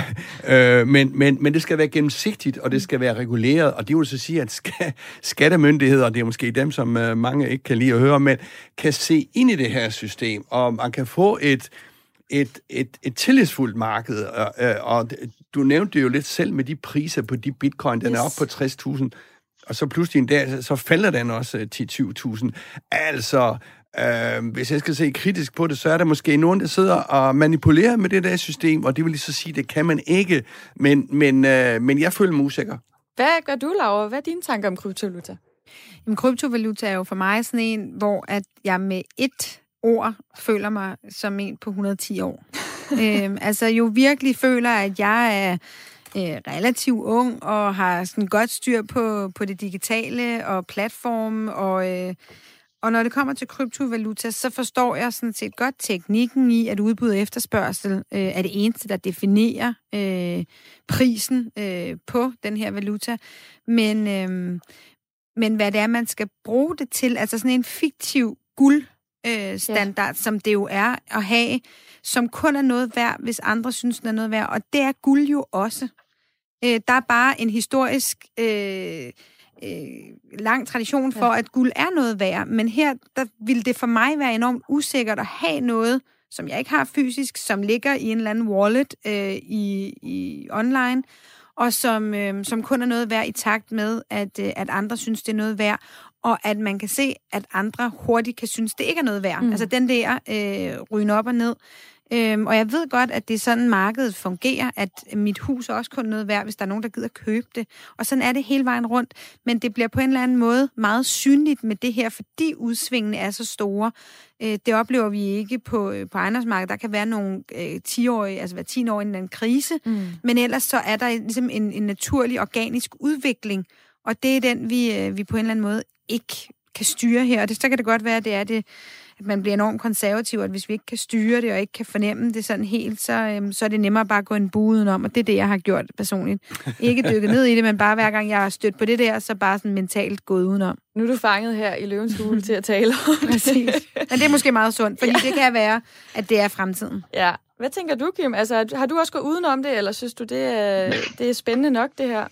øh, men, men, men det skal være gennemsigtigt, og det skal være reguleret, og det vil så sige, at ska- skattemyndigheder, det er måske dem, som øh, mange ikke kan lide at høre, men kan se ind i det her system, og man kan få et Et, et, et tillidsfuldt marked, og, og du nævnte det jo lidt selv med de priser på de bitcoin, den yes. er oppe på tres tusind, og så pludselig en dag, så falder den også ti til tyve tusind. Altså, øh, hvis jeg skal se kritisk på det, så er der måske nogen, der sidder og manipulerer med det der system, og det vil lige så sige, det kan man ikke, men, men, øh, men jeg føler mig usikker. Hvad gør du, Laura? Hvad er dine tanker om kryptovaluta? Jamen, kryptovaluta er jo for mig sådan en, hvor at jeg med et ord føler mig som en på et hundrede og ti år. øhm, altså jo virkelig føler, at jeg er øh, relativt ung og har sådan godt styr på, på det digitale og platform. Og, øh, og når det kommer til kryptovaluta, så forstår jeg sådan set godt teknikken i, at udbud og efterspørgsel øh, er det eneste, der definerer øh, prisen øh, på den her valuta. Men, øh, men hvad det er, man skal bruge det til, altså sådan en fiktiv guld Øh, standard, ja. Som det jo er at have, som kun er noget værd, hvis andre synes, den er noget værd. Og det er guld jo også. Øh, der er bare en historisk øh, øh, lang tradition for, ja. At guld er noget værd. Men her, der vil det for mig være enormt usikkert at have noget, som jeg ikke har fysisk, som ligger i en eller anden wallet øh, i, i online, og som, øh, som kun er noget værd i takt med, at, øh, at andre synes, det er noget værd, og at man kan se, at andre hurtigt kan synes, det ikke er noget værd. Mm. Altså den der øh, ryge op og ned. Øhm, og jeg ved godt, at det er sådan, markedet fungerer, at mit hus er også kun noget værd, hvis der er nogen, der gider købe det. Og sådan er det hele vejen rundt. Men det bliver på en eller anden måde meget synligt med det her, fordi udsvingene er så store. Øh, det oplever vi ikke på, på ejendomsmarkedet. Der kan være nogle øh, ti-årige, altså hver tiende år inden en krise. Mm. Men ellers så er der ligesom en, en naturlig, organisk udvikling. Og det er den, vi, øh, vi på en eller anden måde ikke kan styre her. Og det, så kan det godt være, at det er det, at man bliver enormt konservativ, at hvis vi ikke kan styre det og ikke kan fornemme det sådan helt, så, øhm, så er det nemmere bare at gå en bue udenom, og det er det, jeg har gjort personligt. Ikke dykket ned i det, men bare hver gang jeg har stødt på det der, så bare sådan mentalt gået udenom. Nu er du fanget her i Løvens Hule til at tale om Præcis. Men det er måske meget sundt, fordi ja. Det kan være, at det er fremtiden. Ja. Hvad tænker du, Kim? Altså, har du også gået udenom det, eller synes du, det er, det er spændende nok, det her?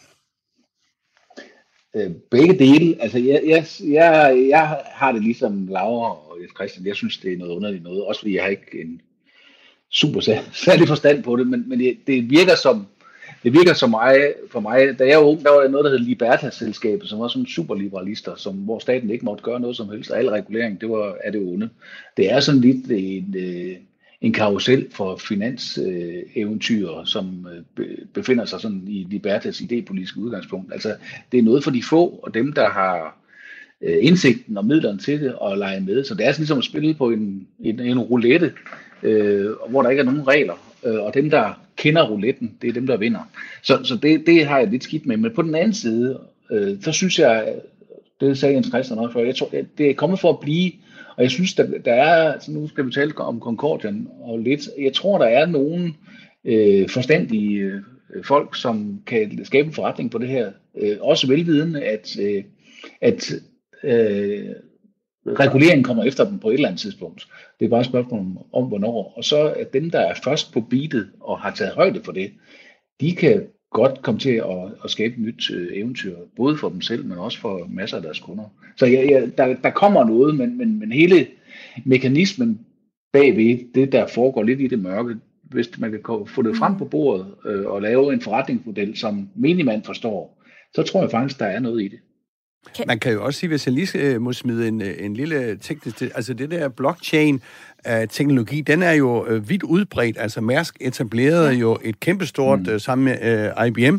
Begge dele. Altså, jeg, jeg, jeg, jeg har det ligesom Laura og Christian. Jeg synes, det er noget underligt noget. Også fordi jeg har ikke en super særlig forstand på det, men, men det, det virker som det virker som mig, for mig. Da jeg var ung, der var der noget, der hed Libertas-selskabet, som var sådan superliberalister, som, hvor staten ikke måtte gøre noget som helst. Og al regulering, det var af det onde. Det er sådan lidt en, en karusel for finanseventyr, som befinder sig sådan i Libertas idépolitiske udgangspunkt. Altså, det er noget for de få, og dem, der har indsigten og midlerne til det, og lege med. Så det er sådan ligesom at spille på en, en, en roulette, øh, hvor der ikke er nogen regler. Øh, og dem, der kender rouletten, det er dem, der vinder. Så, så det, det har jeg lidt skidt med. Men på den anden side, øh, så synes jeg, det sagde Jens Christian også før, jeg tror, det er kommet for at blive. Og jeg synes, der, der er, altså nu skal vi tale om Concordian og lidt, jeg tror, der er nogen øh, forstandige øh, folk, som kan skabe en forretning på det her. Øh, også velvidende, at, øh, at øh, reguleringen kommer efter dem på et eller andet tidspunkt. Det er bare et spørgsmål om, om hvornår. Og så at dem, der er først på beatet og har taget højde for det, de kan godt komme til at, at skabe et nyt øh, eventyr, både for dem selv, men også for masser af deres kunder. Så ja, ja, der, der kommer noget, men, men, men hele mekanismen bagved, det der foregår lidt i det mørke, hvis man kan få det frem på bordet øh, og lave en forretningsmodel, som minimand forstår, så tror jeg faktisk, der er noget i det. Man kan jo også sige, hvis jeg lige må smide en, en lille teknisk, altså det der blockchain-teknologi, den er jo øh, vidt udbredt. Altså Mærsk etablerede ja. jo et kæmpestort, mm. øh, sammen med øh, I B M,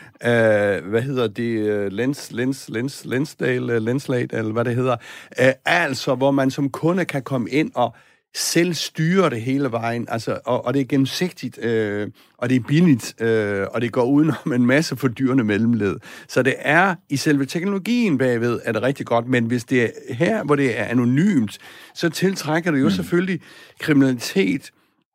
øh, hvad hedder det, Lens, Lens, Lens, Lensdale, Lenslate, eller hvad det hedder, øh, altså hvor man som kunde kan komme ind og selv styre det hele vejen, altså, og, og det er gennemsigtigt, øh, og det er billigt, øh, og det går udenom en masse fordyrende mellemled. Så det er, i selve teknologien bagved, er det rigtig godt, men hvis det er her, hvor det er anonymt, så tiltrækker det jo mm. selvfølgelig kriminalitet,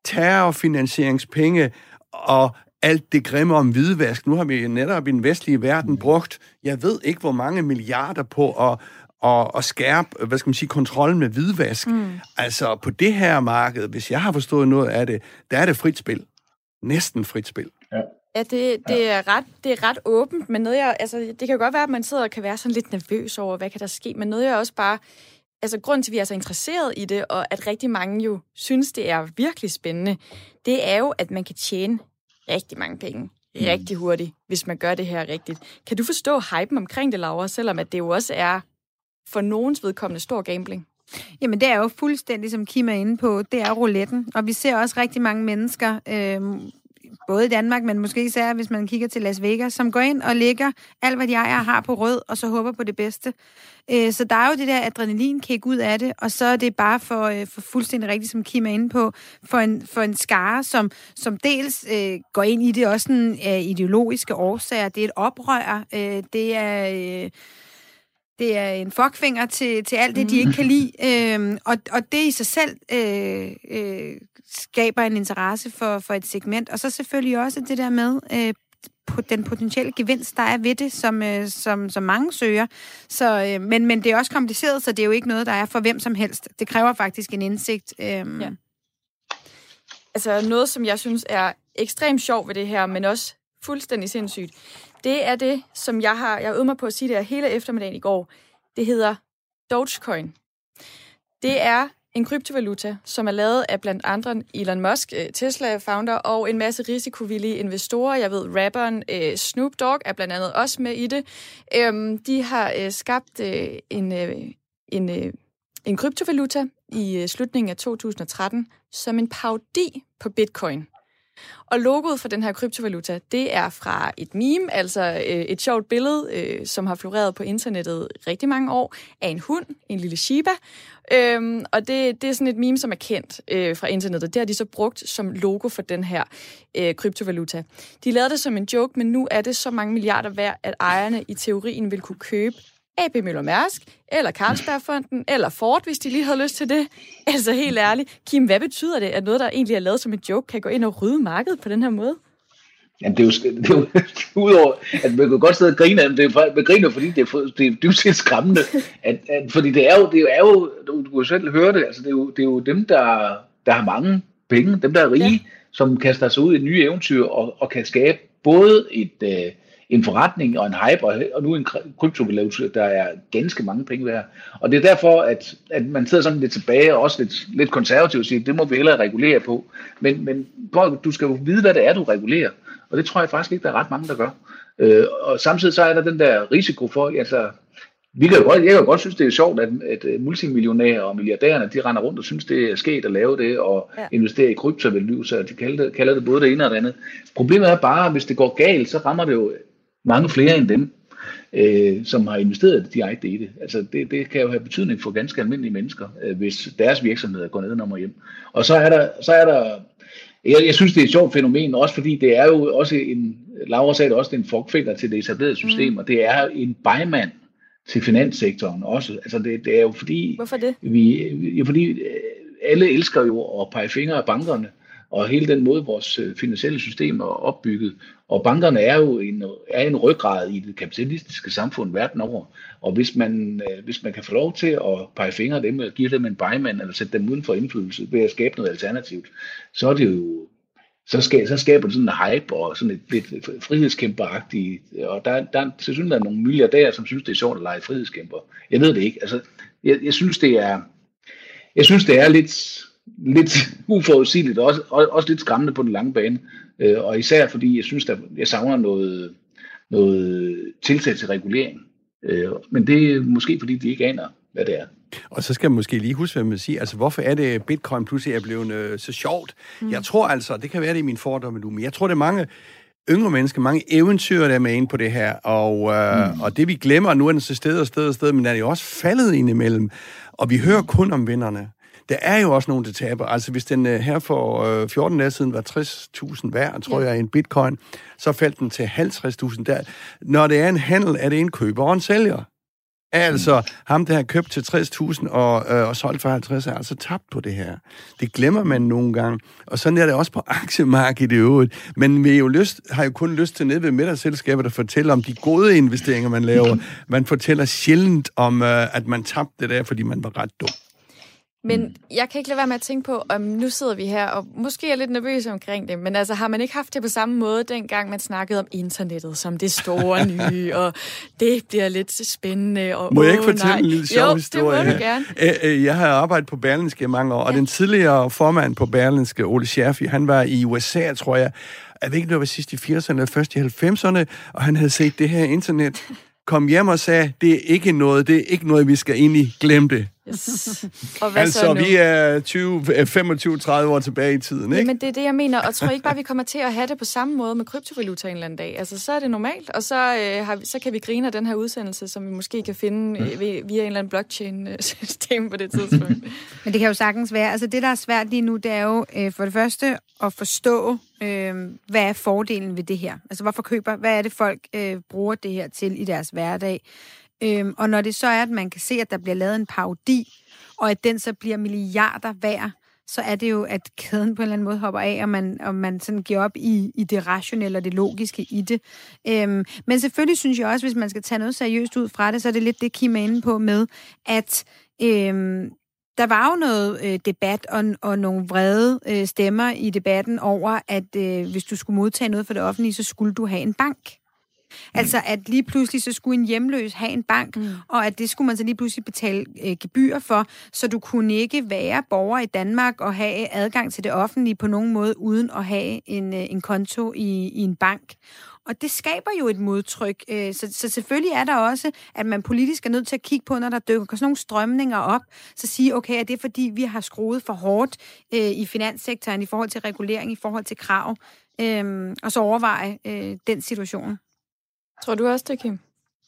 terrorfinansieringspenge, og alt det grimme om hvidvask. Nu har vi netop i den vestlige verden brugt, jeg ved ikke hvor mange milliarder på at og, og skærpe, hvad skal man sige, kontrollen med hvidvask. Mm. Altså, på det her marked, hvis jeg har forstået noget af det, der er det frit spil. Næsten frit spil. Ja. Ja, det, det, er ret, det er ret åbent, men noget jeg, altså, det kan jo godt være, at man sidder og kan være sådan lidt nervøs over, hvad kan der ske, men noget jeg også bare, altså grunden til, at vi er så interesseret i det, og at rigtig mange jo synes, det er virkelig spændende, det er jo, at man kan tjene rigtig mange penge, mm. rigtig hurtigt, hvis man gør det her rigtigt. Kan du forstå hypen omkring det, Laura, selvom at det jo også er for nogens vedkommende stor gambling? Jamen, det er jo fuldstændig, som Kim er inde på, det er rouletten, og vi ser også rigtig mange mennesker, øh, både i Danmark, men måske især, hvis man kigger til Las Vegas, som går ind og lægger alt, hvad de ejer har på rød, og så håber på det bedste. Så der er jo det der adrenalinkick ud af det, og så er det bare for, for fuldstændig rigtigt, som Kim er inde på, for en, for en skare, som, som dels øh, går ind i det også sådan, øh, ideologiske årsager. Det er et oprør. Øh, det er... Øh, Det er en fuckfinger til, til alt det, de ikke kan lide. Øhm, og, og det i sig selv øh, øh, skaber en interesse for, for et segment. Og så selvfølgelig også det der med øh, på den potentielle gevinst, der er ved det, som, øh, som, som mange søger. Så, øh, men, men det er også kompliceret, så det er jo ikke noget, der er for hvem som helst. Det kræver faktisk en indsigt. Øh. Ja. Altså noget, som jeg synes er ekstremt sjovt ved det her, men også fuldstændig sindssygt, det er det, som jeg har, jeg øvede mig på at sige det her hele eftermiddagen i går. Det hedder Dogecoin. Det er en kryptovaluta, som er lavet af blandt andre Elon Musk, Tesla-founder, og en masse risikovillige investorer. Jeg ved, rapperen Snoop Dogg er blandt andet også med i det. De har skabt en, en, en kryptovaluta i slutningen af to tusind og tretten som en parodi på Bitcoin. Og logoet for den her kryptovaluta, det er fra et meme, altså øh, et sjovt billede, øh, som har floreret på internettet rigtig mange år, af en hund, en lille Shiba. Øhm, og det, det er sådan et meme, som er kendt øh, fra internettet. Det har de så brugt som logo for den her øh, kryptovaluta. De lavede det som en joke, men nu er det så mange milliarder værd, at ejerne i teorien vil kunne købe A P Møller Mærsk, eller Carlsbergfonden, eller Ford, hvis de lige havde lyst til det. Altså helt ærligt. Kim, hvad betyder det, at noget, der egentlig er lavet som en joke, kan gå ind og rydde markedet på den her måde? Jamen, det er jo, det er jo udover, at man kan godt sidde og grine af det, det er, man griner, fordi det er, det er dybt set skræmmende. At, at, fordi det er jo, det er jo, du, du kan selv høre det, altså det er jo, det er jo dem, der, der har mange penge, dem, der er rige, ja. Som kaster sig ud i et nye eventyr, og, og kan skabe både et... Øh, en forretning og en hype, og nu en kryptovaluta, der er ganske mange penge værd. Og det er derfor, at, at man sidder sådan lidt tilbage, og også lidt, lidt konservativt og siger, det må vi hellere regulere på. Men, men du skal jo vide, hvad det er, du regulerer. Og det tror jeg faktisk ikke, der er ret mange, der gør. Øh, og samtidig så er der den der risiko for, altså, vi kan jo godt, jeg kan jo godt synes, det er sjovt, at, at multimillionærer og milliardærerne, de render rundt og synes, det er sket at lave det, og ja. Investere i kryptovaluta, de kalder det, kalder det både det ene og det andet. Problemet er bare, at hvis det går galt, så rammer det jo mange flere end dem, øh, som har investeret direkte i det. Altså det, det kan jo have betydning for ganske almindelige mennesker, øh, hvis deres virksomheder går ned og hjem. Og så er der, så er der jeg, jeg synes, det er et sjovt fænomen, også fordi det er jo også en, Laura sagde det også, det er en forkfinger til det etablerede system, mm. og det er en bejmand til finanssektoren også. Altså det, det er jo fordi... Hvorfor det? Vi, ja, fordi alle elsker jo at pege fingre af bankerne, og hele den måde, vores finansielle system er opbygget. Og bankerne er jo en, er en ryggrad i det kapitalistiske samfund verden over. Og hvis man, hvis man kan få lov til at pege fingre af dem, og give dem en bejmand, eller sætte dem uden for indflydelse, ved at skabe noget alternativt, så er det jo... Så, skal, så skaber det sådan en hype og sådan et lidt frihedskæmperagtigt, og der, der er selvfølgelig nogle milliardærer, som synes, det er sjovt at lege frihedskæmper. Jeg ved det ikke. Altså, jeg, jeg synes, det er, jeg synes, det er lidt, lidt uforudsigeligt, og også, også lidt skræmmende på den lange bane. Og især fordi, jeg synes, at jeg savner noget, noget tiltag til regulering. Men det er måske, fordi de ikke aner, hvad det er. Og så skal man måske lige huske, hvad man siger. Altså, hvorfor er det, Bitcoin pludselig er blevet øh, så sjovt? Mm. Jeg tror altså, det kan være det i min fordomme nu, men jeg tror, det er mange yngre mennesker, mange eventyr, der er med inde på det her, og, øh, mm. og det vi glemmer, nu er den så sted og sted og sted, men den er jo også faldet ind imellem, og vi hører kun om vinderne. Der er jo også nogen, der taber. Altså, hvis den øh, her for øh, fjorten dage siden var tres tusind værd, tror ja. jeg, en bitcoin, så faldt den til halvtreds tusind der. Når det er en handel, er det en køber og en sælger. Altså, ham, der har købt til tres tusind og, øh, og solgt for halvtreds, er altså tabt på det her. Det glemmer man nogle gange. Og sådan er det også på aktiemarkedet i øvrigt. Men vi jo lyst, har jo kun lyst til nede ved middagsselskaber, der fortæller om de gode investeringer, man laver. Man fortæller sjældent om, øh, at man tabte det der, fordi man var ret dum. Men jeg kan ikke lade være med at tænke på, om nu sidder vi her, og måske er lidt nervøs omkring det, men altså har man ikke haft det på samme måde, dengang man snakkede om internettet som det store nye, og det bliver lidt spændende. Og Må jeg ikke åh, fortælle nej. en lille sjov jo, historie? Jo, det må du gerne. Jeg har arbejdet på Berlingske i mange år, og ja. Den tidligere formand på Berlingske, Ole Scherfig, han var i U S A, tror jeg, jeg ved ikke, det var sidst i firserne eller først i halvfemserne, og han havde set det her internet, kom hjem og sagde, det er ikke noget, det er ikke noget, vi skal egentlig glemme det. Yes. Og hvad altså, så nu? vi er tyve, femogtyve, tredive år tilbage i tiden, ikke? Men det er det, jeg mener, og tror ikke bare, vi kommer til at have det på samme måde med kryptovaluta en eller anden dag. Altså, så er det normalt, og så, øh, har vi, så kan vi grine af den her udsendelse, som vi måske kan finde øh, via en eller anden blockchain-system på det tidspunkt. Men det kan jo sagtens være, altså det, der er svært lige nu, det er jo øh, for det første at forstå, øh, hvad er fordelen ved det her? Altså, hvorfor køber, hvad er det, folk øh, bruger det her til i deres hverdag? Øhm, og når det så er, at man kan se, at der bliver lavet en parodi, og at den så bliver milliarder værd, så er det jo, at kæden på en eller anden måde hopper af, og man, og man sådan giver op i, i det rationelle og det logiske i det. Øhm, men selvfølgelig synes jeg også, hvis man skal tage noget seriøst ud fra det, så er det lidt det, Kim er inde på med, at øhm, der var jo noget øh, debat og, og nogle vrede øh, stemmer i debatten over, at øh, hvis du skulle modtage noget for det offentlige, så skulle du have en bank. Altså, at lige pludselig så skulle en hjemløs have en bank, mm. og at det skulle man så lige pludselig betale øh, gebyr for, så du kunne ikke være borger i Danmark og have adgang til det offentlige på nogen måde, uden at have en, øh, en konto i, i en bank. Og det skaber jo et modtryk. Øh, så, så selvfølgelig er der også, at man politisk er nødt til at kigge på, når der dykker sådan nogle strømninger op, så sige, okay, er det fordi, vi har skruet for hårdt øh, i finanssektoren i forhold til regulering, i forhold til krav, øh, og så overveje øh, den situation. Tror du også det, Kim?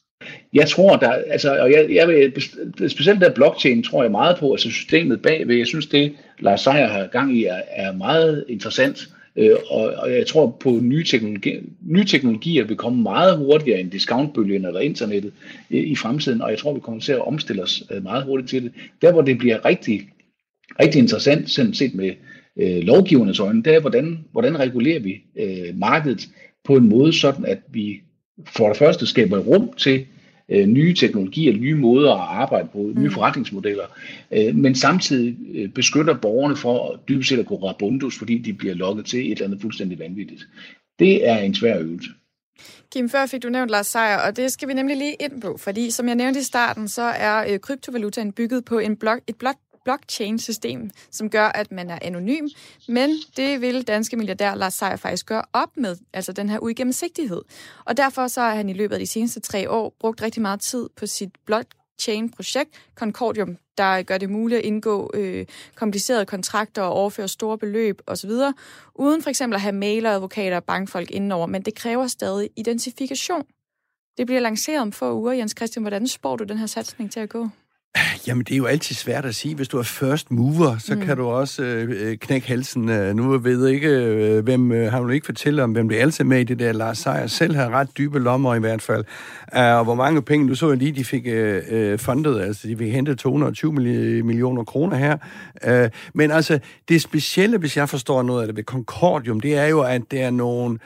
Jeg tror, der, altså, og jeg, jeg vil, specielt der blockchain tror jeg meget på, altså systemet bagved. Jeg synes, det Lars Seier har gang i, er, er meget interessant. Øh, og, og jeg tror på nye, teknologi, nye teknologier vil komme meget hurtigere end discountbølgen eller internettet øh, i fremtiden, og jeg tror, vi kommer til at omstille os øh, meget hurtigt til det. Der, hvor det bliver rigtig, rigtig interessant, sådan set med øh, lovgivernes øjne, det er, hvordan, hvordan regulerer vi øh, markedet på en måde, sådan at vi for det første skaber rum til øh, nye teknologier, nye måder at arbejde på, nye mm. forretningsmodeller, øh, men samtidig øh, beskytter borgerne for dybest set at gå rabundus, fordi de bliver lokket til et eller andet fuldstændig vanvittigt. Det er en svær øvelse. Kim, før fik du nævnt Lars Seier, og det skal vi nemlig lige ind på, fordi som jeg nævnte i starten, så er øh, kryptovalutaen bygget på en blok, et blok blockchain-system, som gør, at man er anonym, men det vil danske milliardær Lars Seier faktisk gøre op med, altså den her uigennemsigtighed. Og derfor så har han i løbet af de seneste tre år brugt rigtig meget tid på sit blockchain-projekt, Concordium, der gør det muligt at indgå øh, komplicerede kontrakter og overføre store beløb osv., uden for eksempel at have mailer, advokater og bankfolk indenover, men det kræver stadig identifikation. Det bliver lanceret om få uger. Jens Christian, hvordan spår du den her satsning til at gå? Jamen, det er jo altid svært at sige. Hvis du er first mover, så mm. kan du også øh, knække halsen. Nu ved jeg ikke, øh, hvem øh, har du ikke fortælle om, hvem det er altid med i det der. Lars Seier selv har ret dybe lommer i hvert fald. Uh, og hvor mange penge, du så lige, de fik øh, fundet, altså de fik hentet to hundrede og tyve millioner kroner her. Uh, men altså, det specielle, hvis jeg forstår noget af det ved Concordium, det er jo, at det er nogle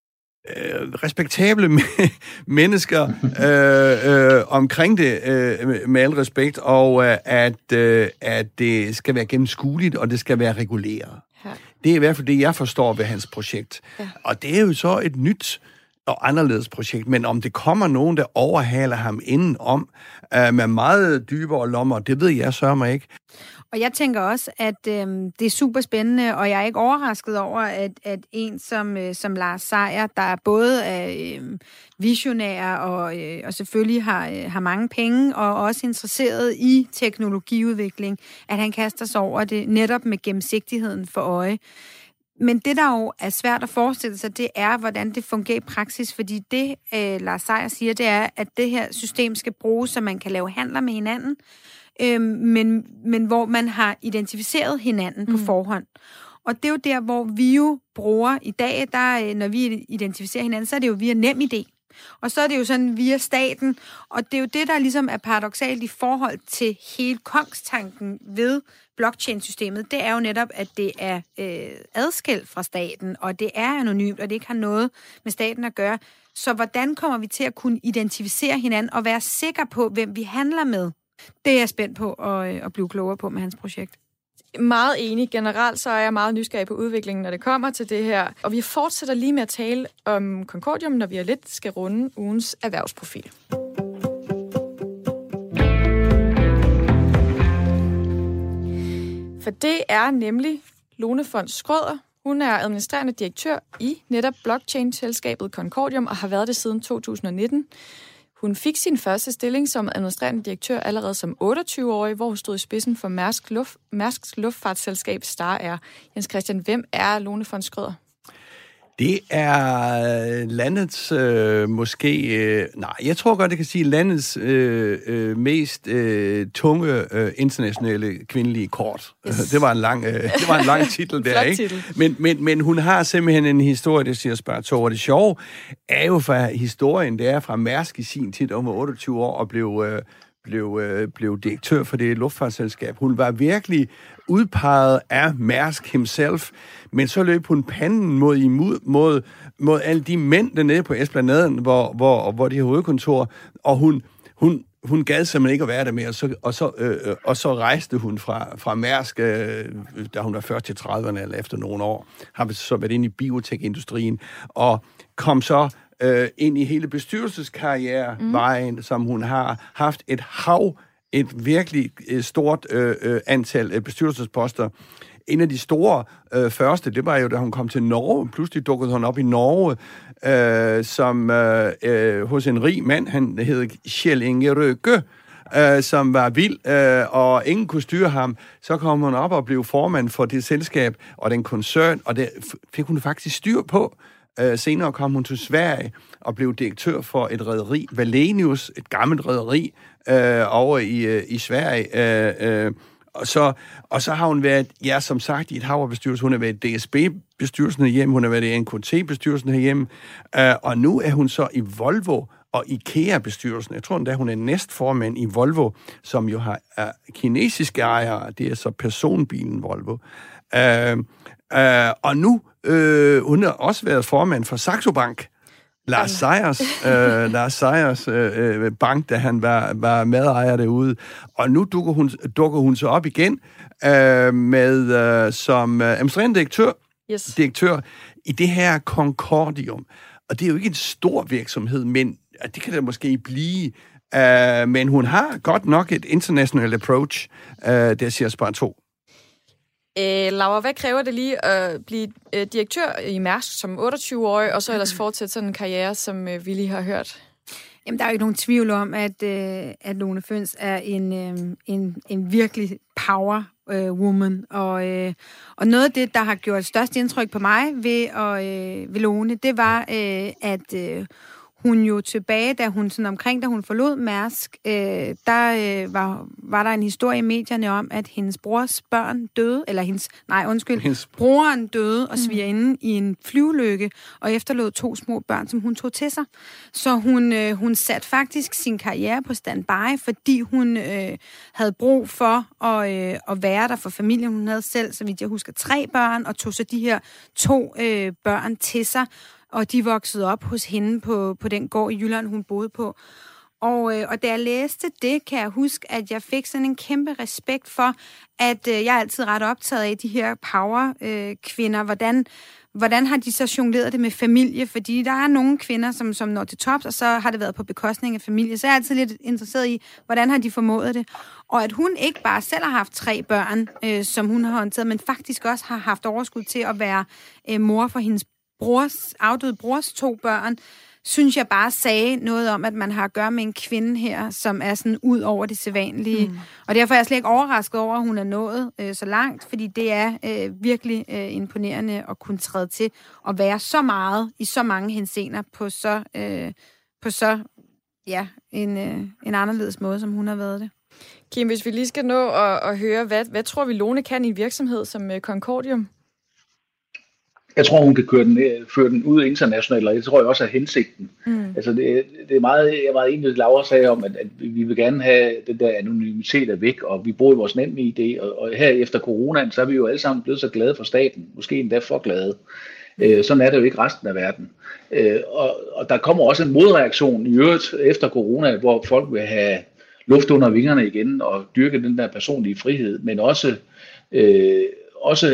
Øh, respektable mennesker øh, øh, omkring det, øh, med al respekt, og øh, at, øh, at det skal være gennemskueligt, og det skal være reguleret. Ja. Det er i hvert fald det, jeg forstår ved hans projekt. Ja. Og det er jo så et nyt og anderledes projekt, men om det kommer nogen, der overhaler ham indenom øh, med meget dybere lommer, det ved jeg så mig ikke. Og jeg tænker også, at øh, det er super spændende, og jeg er ikke overrasket over, at, at en som, øh, som Lars Seier, der både er øh, visionær og, øh, og selvfølgelig har, øh, har mange penge, og også interesseret i teknologiudvikling, at han kaster sig over det netop med gennemsigtigheden for øje. Men det, der jo er svært at forestille sig, det er, hvordan det fungerer i praksis, fordi det, øh, Lars Seier siger, det er, at det her system skal bruges, så man kan lave handler med hinanden, øh, men, men hvor man har identificeret hinanden på mm. forhånd. Og det er jo der, hvor vi jo bruger i dag, der, når vi identificerer hinanden, så er det jo via NemID. og så er det jo sådan via staten, og det er jo det, der ligesom er paradoksalt i forhold til hele kongstanken ved blockchain-systemet, det er jo netop, at det er øh, adskilt fra staten, og det er anonymt, og det ikke har noget med staten at gøre. Så hvordan kommer vi til at kunne identificere hinanden og være sikre på, hvem vi handler med? Det er jeg spændt på at, at blive klogere på med hans projekt. Meget enig. Generelt så er jeg meget nysgerrig på udviklingen, når det kommer til det her. Og vi fortsætter lige med at tale om Concordium, når vi er lidt skal runde ugens erhvervsprofil. For det er nemlig Lone Fons Schrøder. Hun er administrerende direktør i netop blockchain-selskabet Concordium og har været det siden to tusind og nitten. Hun fik sin første stilling som administrerende direktør allerede som otteogtyve-årig, hvor hun stod i spidsen for Mærsk Luft, Mærsks luftfartsselskab Star Air. Jens Christian, hvem er Lone Fons Schrøder? Det er landets øh, måske... Øh, nej, jeg tror godt, det kan sige landets øh, øh, mest øh, tunge øh, internationale kvindelige kort. Yes. Det var en lang, øh, det var en lang titel der, ikke? Titel. Men, men, men hun har simpelthen en historie, det siger spørger to. Og det sjove er jo fra historien, det er fra Mærsk i sin tid, om otteogtyve år, og blev... Øh, Blev, øh, blev direktør for det luftfartsselskab. Hun var virkelig udpeget af Mærsk himself, men så løb hun panden mod, imod, mod, mod alle de mænd dernede på Esplanaden, hvor, hvor, hvor de har hovedkontor, og hun, hun, hun gad simpelthen ikke at være der mere, og så, og så, øh, og så rejste hun fra, fra Mærsk, øh, da hun var først til trediverne, eller efter nogle år, har så været inde i biotech-industrien, og kom så Øh, ind i hele bestyrelseskarrierevejen, mm. som hun har haft et hav, et virkelig øh, stort øh, øh, antal øh, bestyrelsesposter. En af de store øh, første, det var jo, da hun kom til Norge. Pludselig dukkede hun op i Norge, øh, som øh, øh, hos en rig mand, han hed Kjell Inge Røkke, øh, som var vild, øh, og ingen kunne styre ham. Så kom hun op og blev formand for det selskab og den koncern, og det fik hun faktisk styr på. Uh, senere kom hun til Sverige og blev direktør for et rederi, Wallenius, et gammelt rederi, uh, over i, uh, i Sverige. Uh, uh, og, så, og så har hun været, ja, som sagt, i et hav af bestyrelsen. Hun har været i D S B-bestyrelsen herhjemme, hun har været i N K T-bestyrelsen herhjemme, uh, og nu er hun så i Volvo og IKEA-bestyrelsen. Jeg tror endda, hun er næstformand i Volvo, som jo har uh, kinesiske ejere. Det er så personbilen Volvo. Uh, uh, og nu Øh, hun har også været formand for Saxo Bank. Lars Seiers, øh, Lars Seiers øh, bank, da han var, var medejer derude. Og nu dukker hun, dukker hun så op igen øh, med øh, som øh, administrerende direktør, yes. direktør i det her Concordium. Og det er jo ikke en stor virksomhed, men det kan det måske blive. Øh, men hun har godt nok et international approach, øh, der siger Spar to. Øh, Laura, hvad kræver det lige at blive øh, direktør i Mærsk som otteogtyve-årig, og så ellers fortsætte sådan en karriere, som øh, vi lige har hørt? Jamen, der er jo ikke nogen tvivl om, at, øh, at Lone Fons er en, øh, en, en virkelig power øh, woman. Og, øh, og noget af det, der har gjort størst indtryk på mig ved, at, øh, ved Lone, det var, øh, at øh, hun jo tilbage, da hun sådan omkring, da hun forlod Mærsk, øh, der øh, var, var der en historie i medierne om, at hendes brors børn døde, eller hendes, nej undskyld, hendes broren døde og svigerinde mm. i en flyvelykke, og efterlod to små børn, som hun tog til sig. Så hun, øh, hun satte faktisk sin karriere på standby, fordi hun øh, havde brug for at, øh, at være der for familien. Hun havde selv, så vidt jeg husker, tre børn, og tog så de her to øh, børn til sig, og de voksede op hos hende på, på den gård i Jylland, hun boede på. Og, øh, og da jeg læste det, kan jeg huske, at jeg fik sådan en kæmpe respekt for, at øh, jeg er altid ret optaget af de her power-kvinder. Øh, hvordan, hvordan har de så jongleret det med familie? Fordi der er nogle kvinder, som, som når til tops, og så har det været på bekostning af familie. Så jeg er altid lidt interesseret i, hvordan har de formået det? Og at hun ikke bare selv har haft tre børn, øh, som hun har håndteret, men faktisk også har haft overskud til at være øh, mor for hendes brors, afdøde brors to børn, synes jeg bare sagde noget om, at man har at gøre med en kvinde her, som er sådan ud over det sædvanlige. Mm. Og derfor er jeg slet ikke overrasket over, at hun er nået øh, så langt, fordi det er øh, virkelig øh, imponerende at kunne træde til at være så meget i så mange henseender på så, øh, på så ja, en, øh, en anderledes måde, som hun har været det. Kim, hvis vi lige skal nå at, at høre, hvad, hvad tror vi Lone kan i en virksomhed som øh, Concordium? Jeg tror, hun kan køre den, føre den ud internationalt, og det tror jeg også er hensigten. Mm. Altså, det, det er meget, jeg var enig med Laura sagde om, at, at vi vil gerne have den der anonymitet er væk, og vi bruger vores nemme idé, og, og her efter coronaen, så er vi jo alle sammen blevet så glade for staten, måske endda for glade. Øh, sådan er det jo ikke resten af verden. Øh, og, og der kommer også en modreaktion i øvrigt efter corona, hvor folk vil have luft under vingerne igen, og dyrke den der personlige frihed, men også, øh, også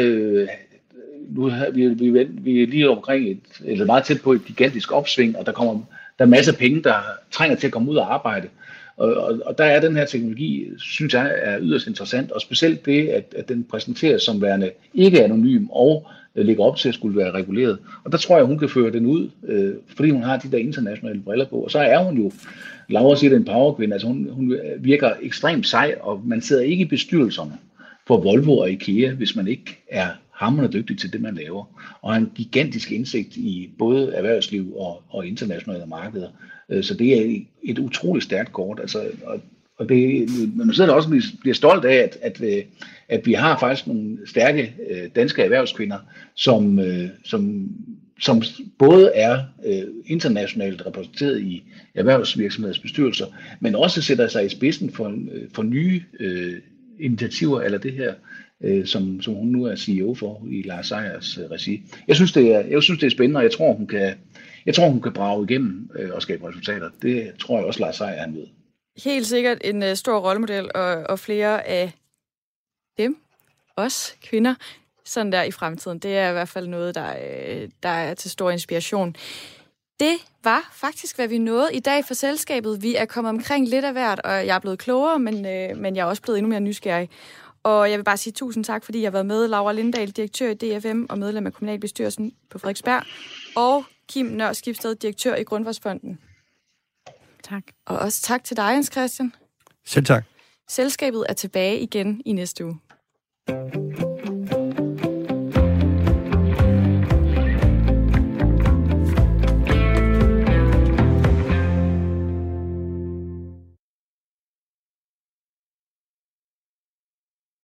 nu har vi, vi, vi er lige omkring et, eller meget tæt på et gigantisk opsving, og der kommer der er masser af penge, der trænger til at komme ud og arbejde. Og, og, og der er den her teknologi, synes jeg, er yderst interessant, og specielt det, at, at den præsenteres som værende ikke anonym og øh, ligger op til at skulle være reguleret. Og der tror jeg, hun kan føre den ud, øh, fordi hun har de der internationale briller på. Og så er hun jo, Laura siger, det er en powerkvinde, altså hun, hun virker ekstremt sej, og man sidder ikke i bestyrelserne for Volvo og IKEA, hvis man ikke er hamrende dygtig til det, man laver, og har en gigantisk indsigt i både erhvervsliv og, og internationale markeder. Så det er et utroligt stærkt kort. Altså, og, og det, man sidder også bliver, bliver stolt af, at, at, at vi har faktisk nogle stærke danske erhvervskvinder, som, som, som både er internationalt repræsenteret i erhvervsvirksomheders bestyrelser, men også sætter sig i spidsen for, for nye initiativer, eller det her, øh, som, som hun nu er C E O for i Lars Seiers øh, regi. Jeg synes, det er, jeg synes, det er spændende, og jeg tror, hun kan, jeg tror, hun kan brage igennem øh, og skabe resultater. Det tror jeg også, Lars Seier han ved. Helt sikkert en øh, stor rollemodel, og, og flere af dem, os kvinder, sådan der i fremtiden. Det er i hvert fald noget, der, øh, der er til stor inspiration. Det var faktisk, hvad vi nåede i dag for selskabet. Vi er kommet omkring lidt af hvert, og jeg er blevet klogere, men, øh, men jeg er også blevet endnu mere nysgerrig. Og jeg vil bare sige tusind tak, fordi jeg har været med. Laura Lindahl, direktør i D F M og medlem af kommunalbestyrelsen på Frederiksberg. Og Kim Nør Skibsted, direktør i Grundfosfonden. Tak. Og også tak til dig, Jens Christian. Selv tak. Selskabet er tilbage igen i næste uge.